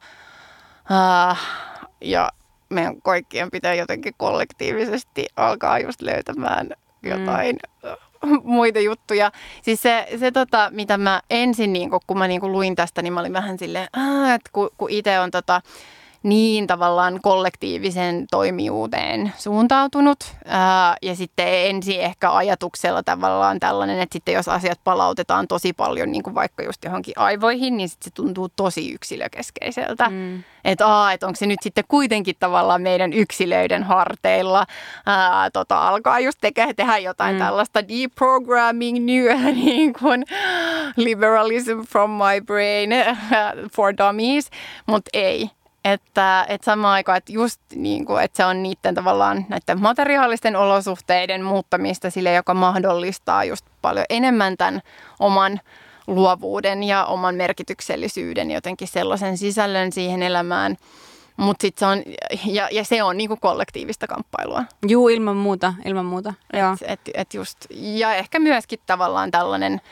ää, ja meidän kaikkien pitää jotenkin kollektiivisesti alkaa just löytämään jotain mm. muita juttuja. Siis se, se tota, mitä mä ensin, niin kun mä niin kun luin tästä, niin mä olin vähän silleen, että kun, kun itse on tota, niin tavallaan kollektiivisen toimijuuteen suuntautunut ää, ja sitten ensin ehkä ajatuksella tavallaan tällainen, että sitten jos asiat palautetaan tosi paljon niin kuin vaikka just johonkin aivoihin, niin sitten se tuntuu tosi yksilökeskeiseltä. Mm. Että et onko se nyt sitten kuitenkin tavallaan meidän yksilöiden harteilla ää, tota, alkaa just tehdä, tehdä jotain mm. tällaista deprogramming new niin kuin liberalism from my brain for dummies, mutta ei. Että, että samaan aikaan, että just niin kuin, että se on niiden tavallaan näiden materiaalisten olosuhteiden muuttamista sille, joka mahdollistaa just paljon enemmän tämän oman luovuuden ja oman merkityksellisyyden, jotenkin sellaisen sisällön siihen elämään. Mutta sitten se on, ja, ja se on niinku kollektiivista kamppailua. Juu, ilman muuta, ilman muuta. Et, et, et just, ja ehkä myöskin tavallaan tällainen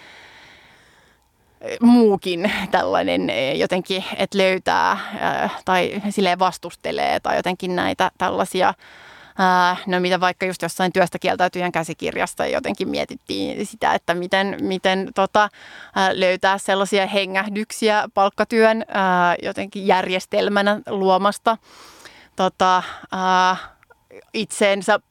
muukin tällainen jotenkin, että löytää ää, tai silleen vastustelee tai jotenkin näitä tällaisia, ää, no mitä vaikka just jossain työstä kieltäytyjän käsikirjasta jotenkin mietittiin sitä, että miten, miten tota, ää, löytää sellaisia hengähdyksiä palkkatyön ää, jotenkin järjestelmänä luomasta tota, ää, itseensä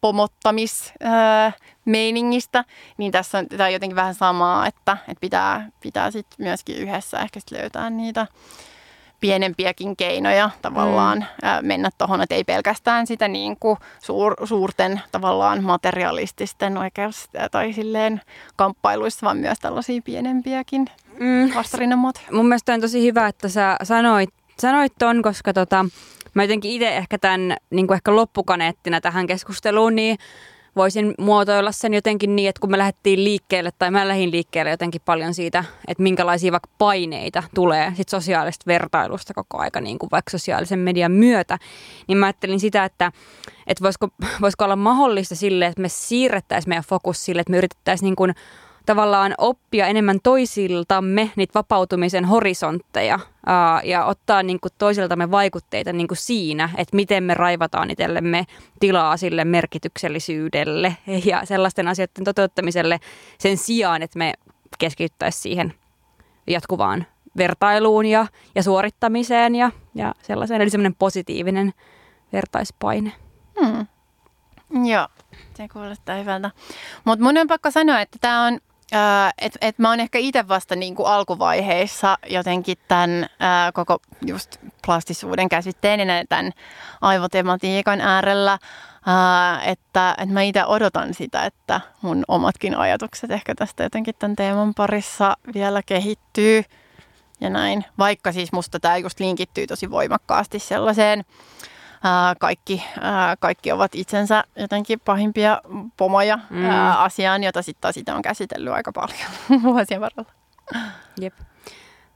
pomottamismeiningistä, niin tässä on tämä jotenkin vähän samaa, että, että pitää, pitää sit myöskin yhdessä ehkä sit löytää niitä pienempiäkin keinoja tavallaan mm. mennä tuohon, että ei pelkästään sitä niin kuin suur, suurten tavallaan materialististen oikeus- tai silleen kamppailuissa, vaan myös tällaisia pienempiäkin mm. vastarinnan. Mun mielestä on tosi hyvä, että sä sanoit, sanoit ton, koska tota, mä jotenkin itse ehkä tämän niin kuin ehkä loppukaneettina tähän keskusteluun, niin voisin muotoilla sen jotenkin niin, että kun me lähdettiin liikkeelle, tai mä lähdin liikkeelle jotenkin paljon siitä, että minkälaisia vaikka paineita tulee sit sosiaalisesta vertailusta koko aika, niin kuin vaikka sosiaalisen median myötä, niin mä ajattelin sitä, että, että voisiko, voisiko olla mahdollista sille, että me siirrettäisiin meidän fokus sille, että me yritettäisiin niin kuin tavallaan oppia enemmän toisiltamme niitä vapautumisen horisontteja ää, ja ottaa niin kuin toisiltamme vaikutteita niin kuin siinä, että miten me raivataan itsellemme tilaa sille merkityksellisyydelle ja sellaisten asioiden toteuttamiselle sen sijaan, että me keskityttäisiin siihen jatkuvaan vertailuun ja, ja suorittamiseen ja, ja sellaiseen, eli semmoinen positiivinen vertaispaine. Hmm. Joo, se kuulostaa hyvältä. Mutta mun on pakko sanoa, että tämä on että et mä oon ehkä itse vasta niinku alkuvaiheissa jotenkin tämän ää, koko just plastisuuden käsitteen ja tämän aivotematiikan äärellä, ää, että et mä itse odotan sitä, että mun omatkin ajatukset ehkä tästä jotenkin tämän teeman parissa vielä kehittyy ja näin. Vaikka siis musta tämä just linkittyy tosi voimakkaasti sellaiseen, Ää, kaikki, ää, kaikki ovat itsensä jotenkin pahimpia pomoja mm. ää, asiaan, jota sitten taas itse on käsitellyt aika paljon vuosien varrella. Jep.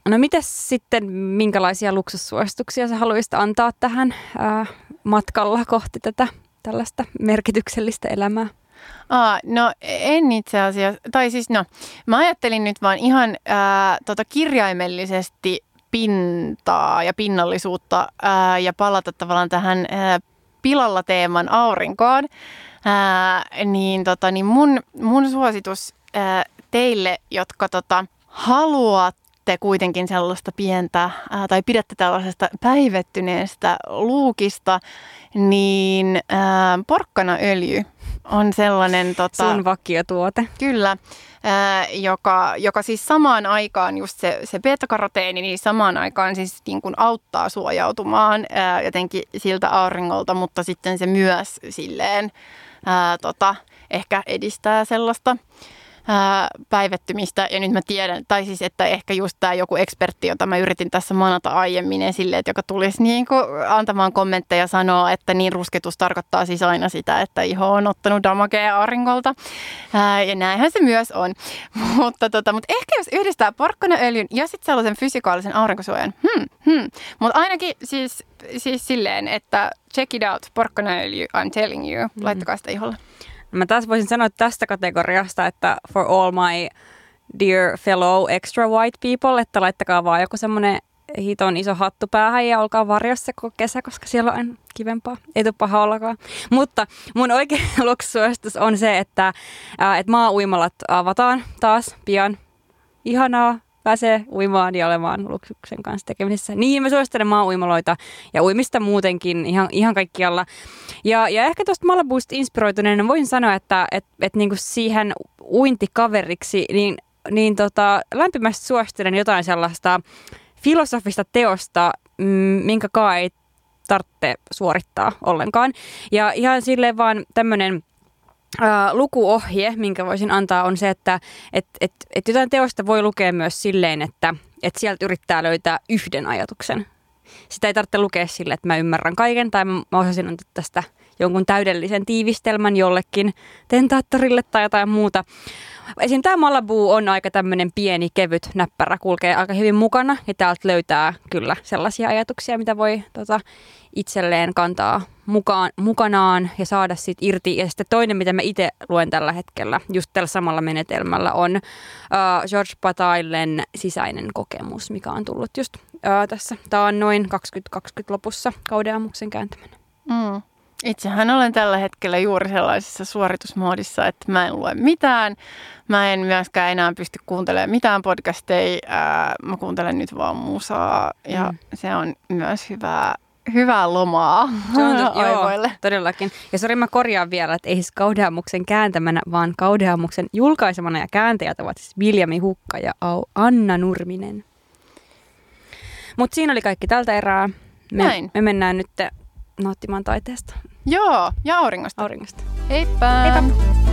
No mites sitten, minkälaisia luksussuosituksia sä haluaisit antaa tähän ää, matkalla kohti tätä tällaista merkityksellistä elämää? Aa, no en itse asiassa, tai siis no, mä ajattelin nyt vaan ihan ää, tota kirjaimellisesti pintaa ja pinnallisuutta ää, ja palata tavallaan tähän ää, pilalla teeman aurinkoon, ää, niin, tota, niin mun, mun suositus ää, teille, jotka tota, haluatte kuitenkin sellaista pientä, ää, tai pidätte tällaisesta päivettyneestä luukista, niin ää, porkkanaöljy on sellainen... Tota, sun vakiotuote. Kyllä, ää, joka, joka siis samaan aikaan, just se, se beta-karoteeni, niin samaan aikaan siis niin kuin auttaa suojautumaan ää, jotenkin siltä auringolta, mutta sitten se myös silleen ää, tota, ehkä edistää sellaista ää, päivettymistä. Ja nyt mä tiedän, tai siis että ehkä just tämä joku ekspertti, jota mä yritin tässä manata aiemmin esille, että joka tulisi niin kuin antamaan kommentteja sanoa, että niin rusketus tarkoittaa siis aina sitä, että iho on ottanut damagea auringolta. Ää, ja näinhän se myös on. mutta, tota, mutta ehkä jos yhdistää porkkanaöljyn ja sitten sellaisen fysikaalisen aurinkosuojan, hmm, hmm. mutta ainakin siis, siis silleen, että check it out, porkkanaöljy, I'm telling you, mm. laittakaa sitä iholle. Mä taas voisin sanoa tästä kategoriasta, että for all my dear fellow extra white people, että laittakaa vaan joku semmoinen hiton iso hattu päähän ja olkaa varjossa koko kesä, koska siellä on kivempaa. Ei tule paha ollakaan. Mutta mun oikea luksussuositus on se, että, ää, että maa-uimalat avataan taas pian. Ihanaa. Pääsee uimaan ja olemaan luksuksen kanssa tekemisissä. Niin, mä suosittelen maa-uimaloita ja uimista muutenkin ihan, ihan kaikkialla. Ja, ja ehkä tuosta Malibusta inspiroituneena voisin sanoa, että et, et niinku siihen uintikaveriksi niin, niin tota, lämpimästi suosittelen jotain sellaista filosofista teosta, minkä kai ei tarvitse suorittaa ollenkaan. Ja ihan silleen vaan tämmöinen Uh, lukuohje, minkä voisin antaa, on se, että et, et, et jotain teosta voi lukea myös silleen, että et sieltä yrittää löytää yhden ajatuksen. Sitä ei tarvitse lukea silleen, että mä ymmärrän kaiken, tai mä, mä osasin antaa tästä jonkun täydellisen tiivistelmän jollekin tentaattorille tai jotain muuta. Esim. Tämä Malibu on aika tämmöinen pieni, kevyt näppärä, kulkee aika hyvin mukana, ja täältä löytää kyllä sellaisia ajatuksia, mitä voi tota, itselleen kantaa mukaan, mukanaan ja saada siitä irti. Ja sitten toinen, mitä mä itse luen tällä hetkellä, just tällä samalla menetelmällä, on uh, George Bataillen Sisäinen kokemus, mikä on tullut just uh, tässä taannoin kaksituhattakaksikymmentä lopussa Kaudeamuksen kääntämänä. Mm. Itsehän olen tällä hetkellä juuri sellaisessa suoritusmoodissa, että mä en lue mitään. Mä en myöskään enää pysty kuuntelemaan mitään podcasteja. Ää, mä kuuntelen nyt vaan musaa ja mm. se on myös hyvää, hyvää lomaa se on, aivoille. Joo, todellakin. Ja sori, mä korjaan vielä, että ei siis Kaudeamuksen kääntämänä, vaan Kaudeamuksen julkaisemana, ja kääntäjät ovat siis Viljami Hukka ja Anna Nurminen. Mutta siinä oli kaikki tältä erää. Me, Näin. me mennään nyt nauttimaan taiteesta. Joo, ja auringosta. Auringosta. Heippa! Heippa!